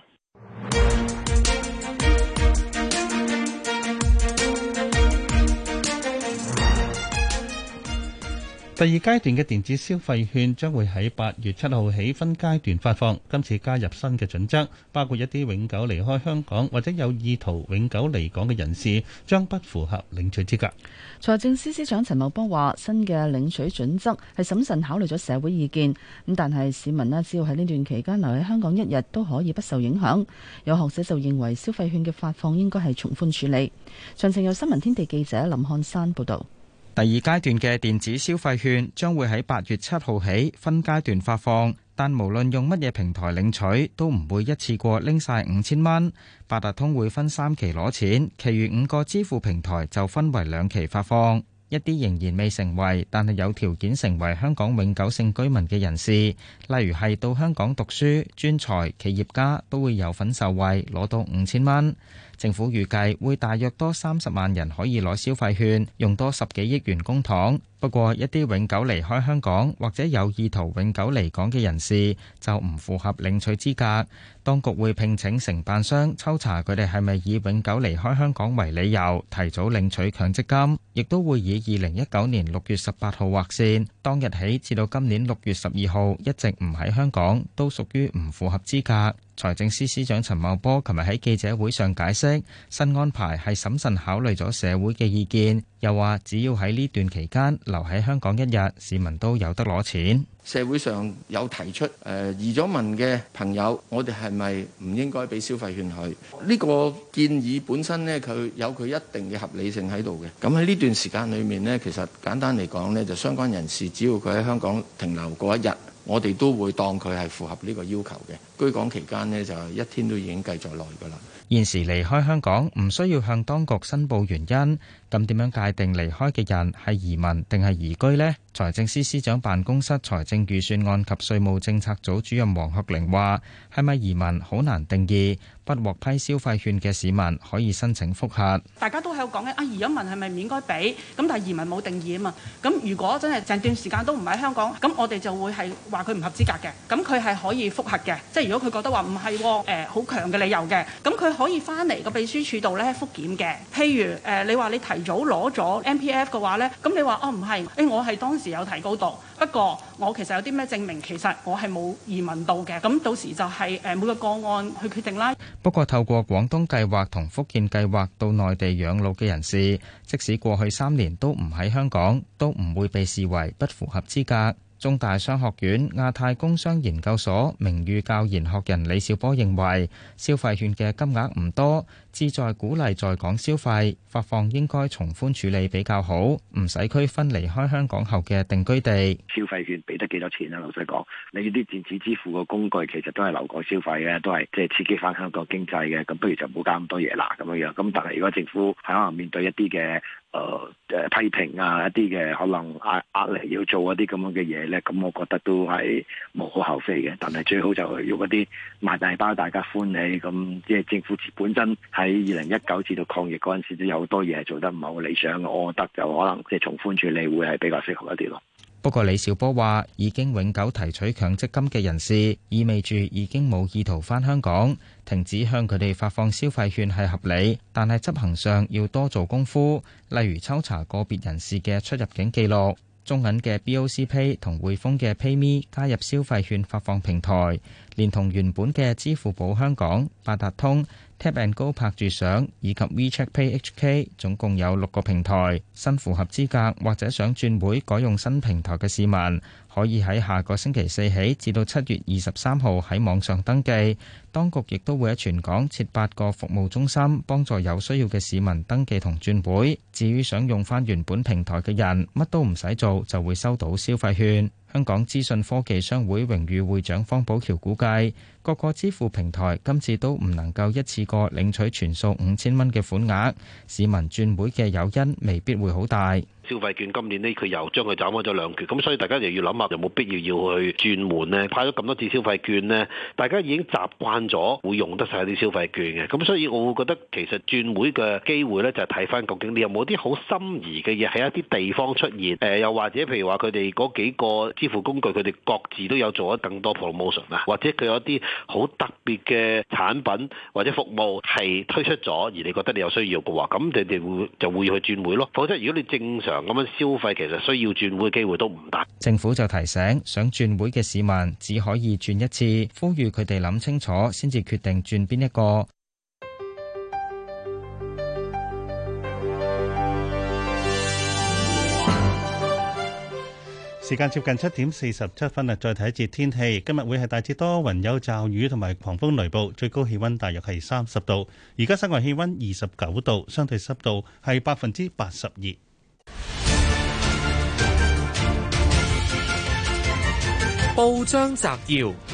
第二階段嘅電子消費券將會喺8月7號起分階段發放。今次加入新嘅準則，包括一啲永久離開香港或者有意圖永久離港嘅人士，將不符合領取資格。 財政司司長陳茂波話：新嘅領取準則係審慎考慮咗社會意見，咁但係市民只要喺呢段期間留喺香港1日都可以不受影響。有學者就認為消費券嘅發放應該係從寬處理。詳情由新聞天地記者林漢山報導。 第二階段嘅電子消費券將會喺8月7號起分階段發放，但無論用乜嘢平台領取，都唔會一次過拎晒5000蚊。八達通會分3期攞錢，其餘5個支付平台就分為2期發放。一啲仍然未成為，但係有條件成為香港永久性居民嘅人士，例如係到香港讀書、專才、企業家，都會有份受惠，攞到5000蚊。政府預計會大約多30萬人可以攞消費券，用多10幾億元公帑。不過一啲永久離開香港或者有意圖永久離港嘅人士就唔符合領取資格。當局會聘請承辦商抽查佢哋係咪以永久離開香港為理由提早領取強積金，亦都會以2019年6月18號劃線，當日起至到今年6月12號一直唔喺香港，都屬於唔符合資格。財政司司長陳茂波琴日喺記者會上解釋，新安排係審慎考慮咗社會嘅意見，又話只要喺呢段期間留喺香港1日，市民都有得攞錢。 社會上有提出移咗民嘅朋友，我哋係咪唔應該俾消費券佢？呢個建議本身呢，佢有佢一定嘅合理性喺度嘅。咁喺呢段時間裏面呢，其實簡單嚟講呢，就相關人士只要佢喺香港停留過1日， 我哋都會當佢係符合呢個要求嘅。居港期間呢，就1天都已經計在內㗎啦。 現時離開香港唔需要向當局申報原因，咁點樣界定離開嘅人係移民定係移居呢？財政司司長辦公室財政預算案及稅務政策組主任黃學玲話：係咪移民好難定義，不獲批消費券嘅市民可以申請覆核。 大家都喺度講緊移咗民係咪唔應該俾？咁但係移民冇定義啊嘛。咁如果真係成段時間都唔喺香港，咁我哋就會係話佢唔合資格嘅。咁佢係可以覆核嘅，即係如果佢覺得話唔係好強嘅理由嘅，咁佢可以翻嚟個秘書處度咧覆檢嘅。譬如你話你提早攞咗 MPF 嘅話咧，咁你話唔係，我係當時有提高度，不過我其實有啲咩證明，其實我係冇移民到嘅。咁到時就係每個個案去決定啦。 不過透過廣東計劃同福建計劃到內地養老嘅人士，即使過去3年都唔喺香港，都唔會被視為不符合資格。中大商學院亞太工商研究所名譽教研學人李兆波認為，消費券嘅金額唔多，旨在鼓勵在港消費，發放應該從寬處理比較好，唔使區分離開香港後嘅定居地。 消費券俾得幾多錢啊？老實講，你啲電子支付個工具其實都係留港消費嘅，都係即係刺激翻香港經濟嘅。咁不如就唔好搞咁多嘢啦，咁樣樣。咁但係如果政府係可能面對一啲嘅批評啊，一啲嘅可能壓力要做一啲咁樣嘅嘢咧，咁我覺得都係無可厚非嘅。但係最好就係用一啲賣大包，大家歡喜。咁即係政府本身喺2019至到抗疫嗰陣時都有好多嘢係做得唔係好理想嘅，我覺得就可能即係從寬處理會係比較適合一啲咯。 不過李兆波話，已經永久提取強積金嘅人士，意味住已經冇意圖返香港，停止向佢哋發放消費券係合理，但係執行上要多做功夫，例如抽查個別人士嘅出入境記錄。中銀嘅 BOC Pay 同匯豐嘅 PayMe 加入消費券發放平台，連同原本嘅支付寶香港、八達通、Tap and Go 拍住賞以及 WeChat Pay HK， 總共有6個平台。新符合資格或者想轉會改用新平台嘅市民，可以喺下個星期4起至到7月23號喺網上登記。當局亦都會喺全港設8個服務中心，幫助有需要嘅市民登記同轉會。至於想用返原本平台嘅人，乜都唔使做就會收到消費券。香港資訊科技商會榮譽會長方寶橋估計，各個支付平台今次都唔能夠一次過領取全數5000蚊嘅款額，市民轉會嘅誘因未必會好大。 消費券今年呢，佢又將佢斬開咗2橛，咁所以大家又要諗下有冇必要去轉換呢？派咗咁多次消費券呢，大家已經習慣咗會用得晒啲消費券嘅，咁所以我會覺得其實轉會嘅機會呢，就係睇翻究竟你有冇啲好心儀嘅嘢喺一啲地方出現，又或者譬如話佢哋嗰幾個支付工具佢哋各自都有做咗更多 promotion 啊，或者佢有啲好特別嘅產品或者服務係推出咗，而你覺得你有需要嘅話，咁你哋就會去轉會咯。否則如果你正常咁樣消費，其實需要轉會嘅機會都唔大。 政府就提醒想轉會嘅市民只可以轉一次，呼籲佢哋諗清楚先至決定轉邊一個。 時間接近7點47分啦，再睇一節天氣。今日會係大致多雲有驟雨同埋狂風雷暴，最高氣溫大約係30度。而家室外氣溫29度，相對濕度係82%。 報章摘要：《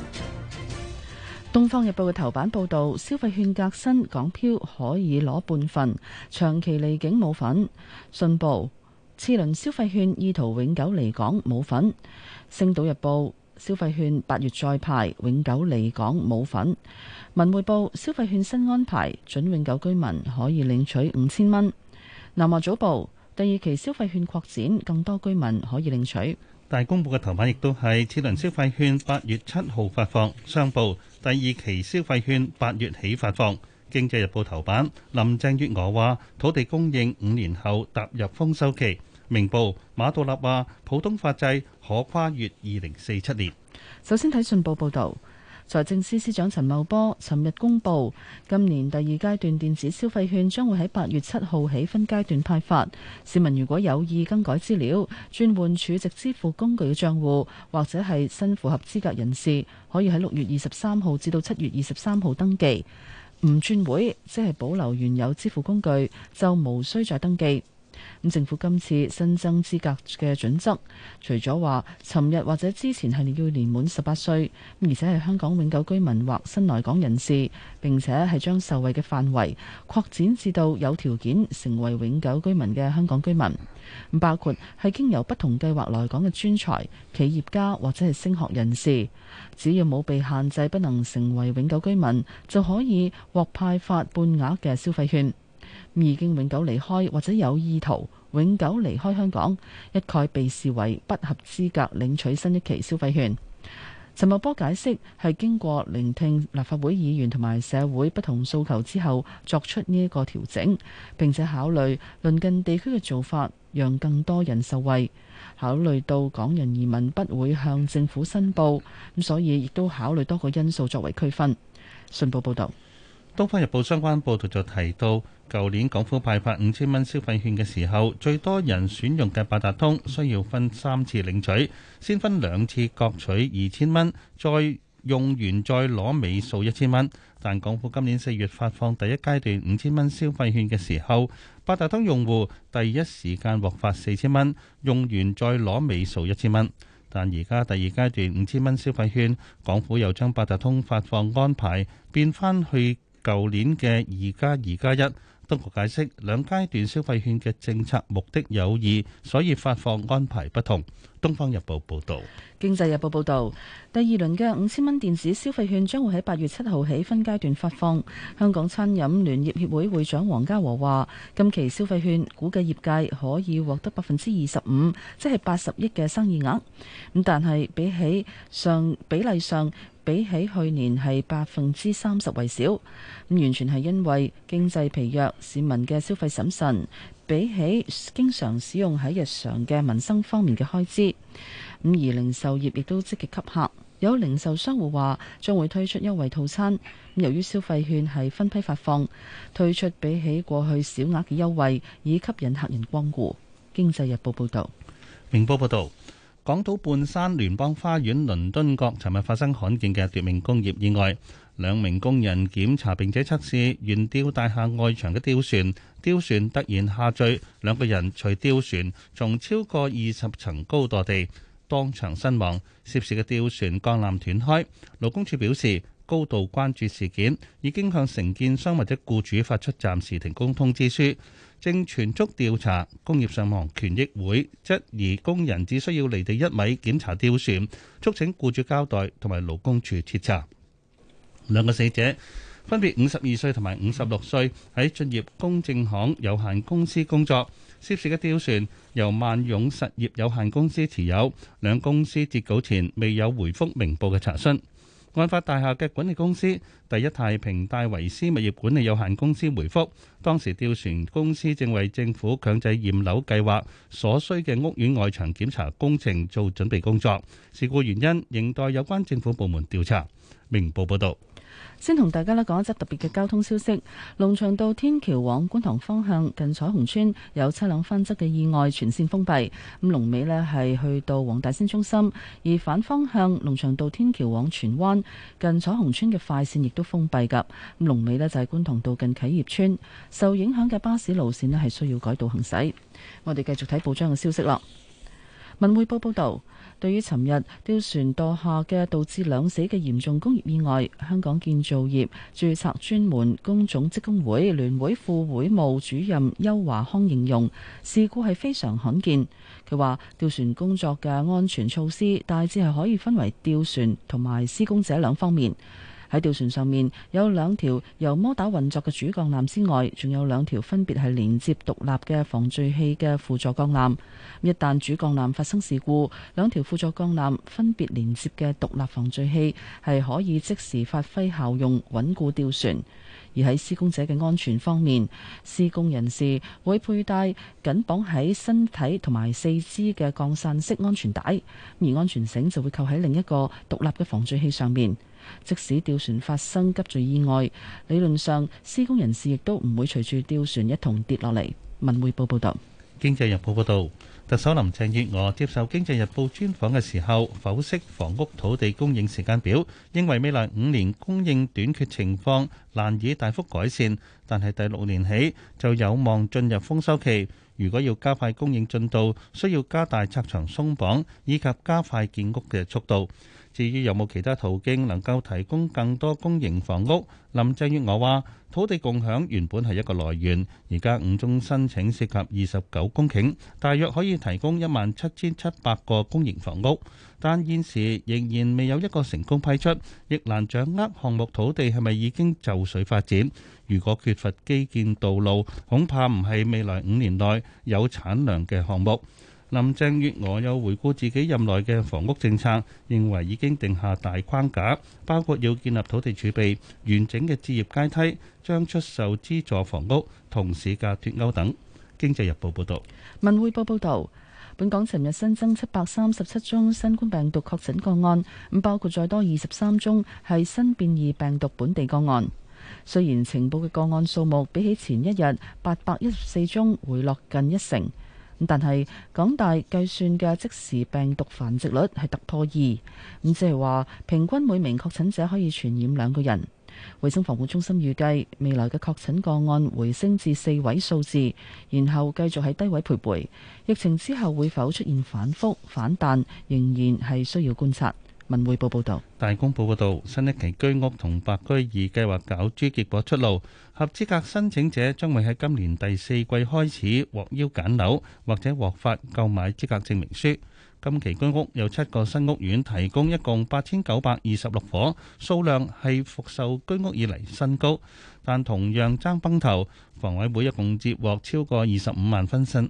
東方日報》嘅頭版報道，消費券革新，港漂可以攞半份，長期離境冇份。信報：次輪消費券意圖永久離港冇份。《星島日報》消費券8月再派，永久離港冇份。《文匯報》消費券新安排，準永久居民可以領取5000蚊。《南華早報》第2期消費券擴展，更多居民可以領取。 大公報嘅頭版亦都係次輪消費券8月7號發放。商報第2期消費券8月起發放。經濟日報頭版林鄭月娥話土地供應5年後踏入豐收期。明報馬道立話普通法制可跨越2047年。 首先睇信報報導。財政司司長陳茂波尋日公布，今年第2階段電子消費券將會喺8月7號起分階段派發。市民如果有意更改資料、轉換儲值支付工具嘅帳戶，或者係新符合資格人士，可以喺6月23號至到7月23號登記。唔轉會，即係保留原有支付工具，就無需再登記。 咁政府今次新增資格嘅準則，除咗話尋日或者之前係要年滿18歲，而且係香港永久居民或新來港人士，並且係將受惠嘅範圍擴展至到有條件成為永久居民嘅香港居民。咁包括係經由不同計劃來港嘅專才、企業家或者係升學人士，只要冇被限制不能成為永久居民，就可以獲派發半額嘅消費券。已經永久離開或者有意圖永久離開香港，一概被視為不合資格領取新一期消費券。陳茂波解釋係經過聆聽立法會議員同埋社會不同訴求之後作出呢一個調整，並且考慮鄰近地區嘅做法，讓更多人受惠。考慮到港人移民不會向政府申報，咁所以亦都考慮多個因素作為區分。信報報導。 《東方日報》相關報導就提到，舊年港府派發5000蚊消費券嘅時候，最多人選用嘅八達通需要分3次領取，先分2次各取2000蚊，再用完再攞尾數1000蚊。但港府今年4月發放第一階段5000蚊消費券嘅時候，八達通用戶第一時間獲發4000蚊，用完再攞尾數1000蚊。但而家第二階段5000蚊消費券，港府又將八達通發放安排變返去舊年嘅2+2+1，當局解釋兩階段消費券嘅政策目的有異，所以發放安排不同。《東方日報》報導，《 經濟日報》報導，第二輪嘅5000蚊電子消費券將會喺8月7號起分階段發放。香港餐飲聯業協會會長黃家和話，今期消費券估計業界可以獲得25%，即係80億嘅生意額。咁但係比例上，比起去年係30%為少，咁完全係因為經濟疲弱，市民嘅消費審慎，比起經常使用喺日常嘅民生方面嘅開支。咁而零售業亦都積極吸客，有零售商戶話將會推出優惠套餐。由於消費券係分批發放，推出比起過去小額嘅優惠，以吸引客人光顧。經濟日報報導。 明報報導。港島半山聯邦花園倫敦閣尋日發生罕見嘅奪命工業意外，2名工人檢查並且測試懸吊大廈外牆嘅吊船，吊船突然下墜，2個人隨吊船從超過20層高墮地，當場身亡。涉事嘅吊船鋼纜斷開。勞工處表示高度關注事件，已經向承建商或者僱主發出暫時停工通知書，正全速調查。工業傷亡權益會質疑工人只需要離地1米檢查吊船，促請僱主交代同埋勞工處徹查。2個死者分別52歲同埋56歲，喺駿業公證行有限公司工作。涉事嘅吊船由萬勇實業有限公司持有，兩公司截稿前未有回覆明報嘅查詢。案發大廈嘅管理公司第一太平戴維斯物業管理有限公司回覆，當時吊船公司正為政府強制驗樓計劃所需嘅屋苑外牆檢查工程做準備工作，事故原因仍待有關政府部門調查。明報報道。 先同大家講一則特別嘅交通消息。龍翔道天橋往觀塘方向近彩虹村有車輛翻側嘅意外，全線封閉。咁龍尾呢係去到黃大仙中心，而反方向龍翔道天橋往荃灣近彩虹村嘅快線亦都封閉㗎。咁龍尾呢就係觀塘道近啟業村，受影響嘅巴士路線呢係需要改道行駛。我哋繼續睇報章嘅消息啦。文匯報報道，對於尋日吊船墮下嘅導致2死嘅嚴重工業意外，香港建造業註冊專門工種職工會聯會副會務主任邱華康形容事故係非常罕見。佢話吊船工作嘅安全措施大致係可以分為吊船同埋施工者2方面。喺吊船上面有2條由摩打運作嘅主鋼纜之外，仲有2條分別係連接獨立嘅防墜器嘅輔助鋼纜。一旦主鋼纜發生事故，2條輔助鋼纜分別連接嘅獨立防墜器係可以即時發揮效用，穩固吊船。而喺施工者嘅安全方面，施工人士會佩戴緊綁喺身體同埋四肢嘅降散式安全帶，而安全繩就會扣喺另一個獨立嘅防墜器上面。即使吊船發生急墜意外，理論上施工人士亦都唔會隨住吊船一同跌落嚟。文匯報報道。 經濟日報報道， 特首林鄭月娥接受《經濟日報》專訪嘅時候，剖析房屋土地供應時間表，認為未來5年供應短缺情況難以大幅改善，但係第6年起就有望進入豐收期。如果要加快供應進度，需要加大拆牆鬆綁，以及加快建屋嘅速度。至於有冇其他途徑能夠提供更多公營房屋，林鄭月娥話：土地共享原本係一個來源，而家5宗申請涉及29公頃，大約可以提供17,700個公營房屋，但現時仍然未有一個成功批出，亦難掌握項目土地係咪已經就緒發展。如果缺乏基建道路，恐怕唔係未來5年內有產量嘅項目。林鄭月娥又回顧自己任內嘅房屋政策，認為已經定下大框架，包括要建立土地儲備、完整嘅置業階梯、將出售資助房屋同市價脫鈎等。經濟日報報導。 文匯報報導，本港尋日新增737宗新冠病毒確診個案，咁包括再多23宗係新變異病毒本地個案。雖然呈報嘅個案數目比起前一日814宗回落近1成。但係港大計算嘅即時病毒繁殖率係突破2，即係話平均每名確診者可以傳染2個人。衛生防護中心預計未來嘅確診個案回升至4位數字，然後繼續喺低位徘徊。疫情之後會否出現反覆反彈，仍然係需要觀察。文匯報報道。 大公報報道，新一期居屋同白居二計劃攪珠結果出爐，合資格申請者將會喺今年第4季開始獲邀揀樓，或者獲發購買資格證明書。今期居屋有7個新屋苑提供，一共8,926伙，數量係復售居屋以嚟新高，但同樣爭崩頭。房委會一共接獲超過25萬份申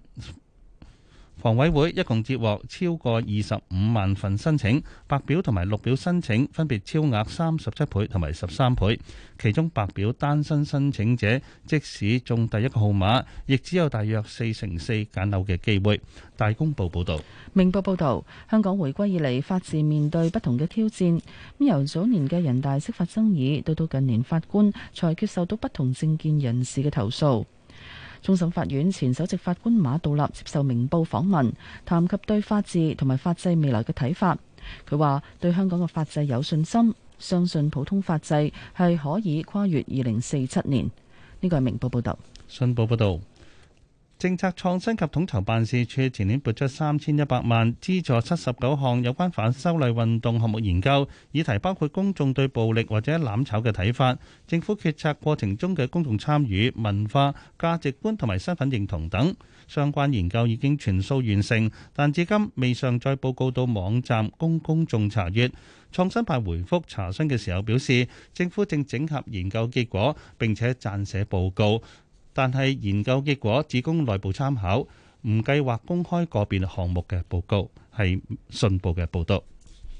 請，白表同埋綠表申請分別超額37倍同埋13倍，其中白表單身申請者即使中第一個號碼，亦只有大約4/4揀樓嘅機會。大公報報道。 明報報道，香港回歸以嚟，法治面對不同嘅挑戰。咁由早年嘅人大釋法爭議，到近年法官裁決受到不同政見人士嘅投訴。終審法院前首席法官馬道立接受明報訪問，談及對法治同埋法制未來嘅睇法。佢話對香港嘅法制有信心，相信普通法制係可以跨越2047年。呢個係明報報道。 信報報道。政策創新及統籌辦事處前年撥出3100萬，資助79項有關反修例運動項目研究，議題包括公眾對暴力或者攬炒嘅睇法、政府決策過程中嘅公眾參與、文化、價值觀同埋身份認同等。相關研究已經全數完成，但至今未上載報告到網站供公眾查閱。創新辦回覆查詢嘅時候表示，政府正整合研究結果並且撰寫報告。但係研究結果只供內部參考，唔計劃公開個別項目嘅報告。係信報嘅報導。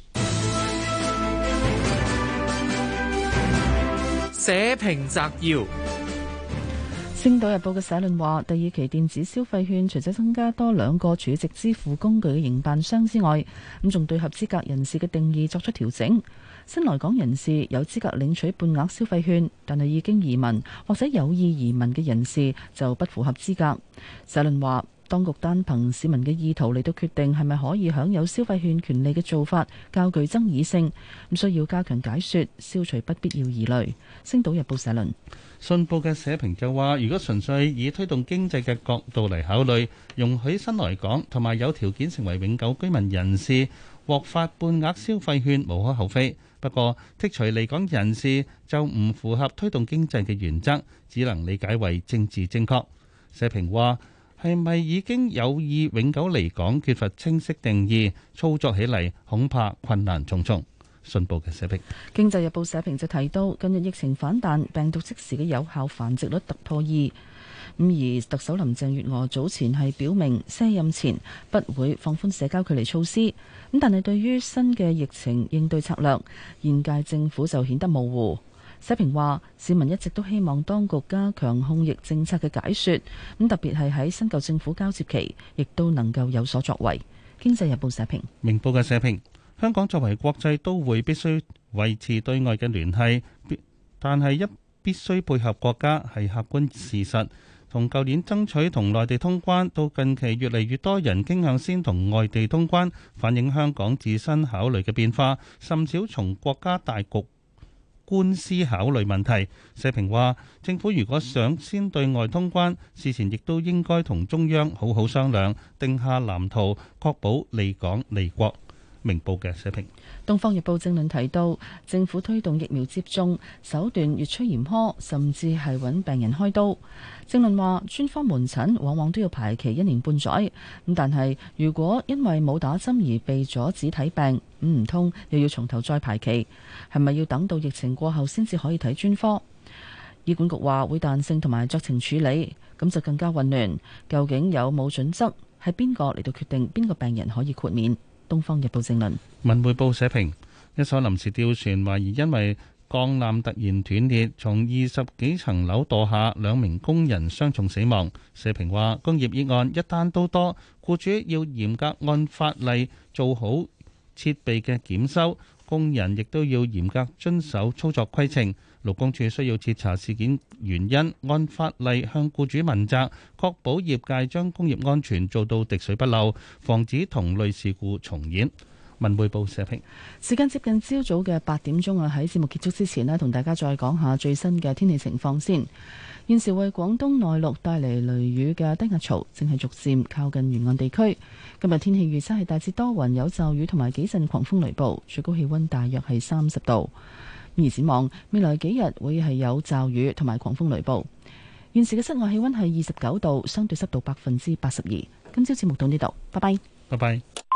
社評摘要。 星島日報嘅社論話，第二期電子消費券除咗增加多2個儲值支付工具嘅營辦商之外，仲對合資格人士嘅定義作出調整。新來港人士有資格領取半額消費券，但係已經移民或者有意移民嘅人士就不符合資格。社論話，當局單憑市民嘅意圖嚟到決定係咪可以享有消費券權利嘅做法較具爭議性，需要加強解說，消除不必要疑慮。星島日報社論。 信報嘅社評就話，如果純粹以推動經濟嘅角度嚟考慮，容許新來港同埋有條件成為永久居民人士獲發半額消費券無可厚非。不過剔除離港人士就唔符合推動經濟嘅原則，只能理解為政治正確。社評話，係咪已經有意永久離港缺乏清晰定義，操作起嚟恐怕困難重重。信報嘅社評。 經濟日報社評就提到，近日疫情反彈，病毒即時嘅有效繁殖率突破2。而特首林鄭月娥早前係表明卸任前不會放寬社交距離措施，但係對於新嘅疫情應對策略，現屆政府就顯得模糊。社評話，市民一直都希望當局加強控疫政策嘅解說，特別係喺新舊政府交接期，亦都能夠有所作為。經濟日報社評。 明報嘅社評，香港作為國際都會，必須維持對外嘅聯繫，但係必須配合國家係客觀事實。 從舊年爭取同內地通關，到近期越嚟越多人傾向先同外地通關，反映香港自身考慮嘅變化，甚少從國家大局觀思考慮問題。社評話，政府如果想先對外通關，事前亦都應該同中央好好商量，定下藍圖，確保利港利國。明報嘅社評。《 東方日報》正論提到，政府推動疫苗接種手段越趨嚴苛，甚至係揾病人開刀。正論話，專科門診往往都要排期1年半載，咁但係如果因為冇打針而被阻止睇病，唔通又要從頭再排期？係咪要等到疫情過後先至可以睇專科？醫管局話會彈性同埋酌情處理，咁就更加混亂。究竟有冇準則？係邊個嚟到決定邊個病人可以豁免？《東方日報》正論。 文匯報社評：一艘臨時吊船懷疑因為鋼纜突然斷裂，從20幾層樓墮下，2名工人傷重死亡。社評話：工業意外一單都多，僱主要嚴格按法例做好設備嘅檢修，工人亦都要嚴格遵守操作規程。勞工處需要徹查事件原因，按法例向僱主問責，確保業界將工業安全做到滴水不漏，防止同類事故重演。文匯報社評。 時間接近朝早嘅8點鐘啊，喺節目結束之前呢，同大家再講下最新嘅天氣情況先。現時為廣東內陸帶嚟雷雨嘅低壓槽正係逐漸靠近沿岸地區。今日天氣預測係大致多雲，有驟雨同埋幾陣狂風雷暴，最高氣溫大約係30度。而展望未來幾日會係有驟雨同埋狂風雷暴。現時嘅室外氣溫係29度，相對濕度82%。今朝節目到呢度，拜拜。 拜拜。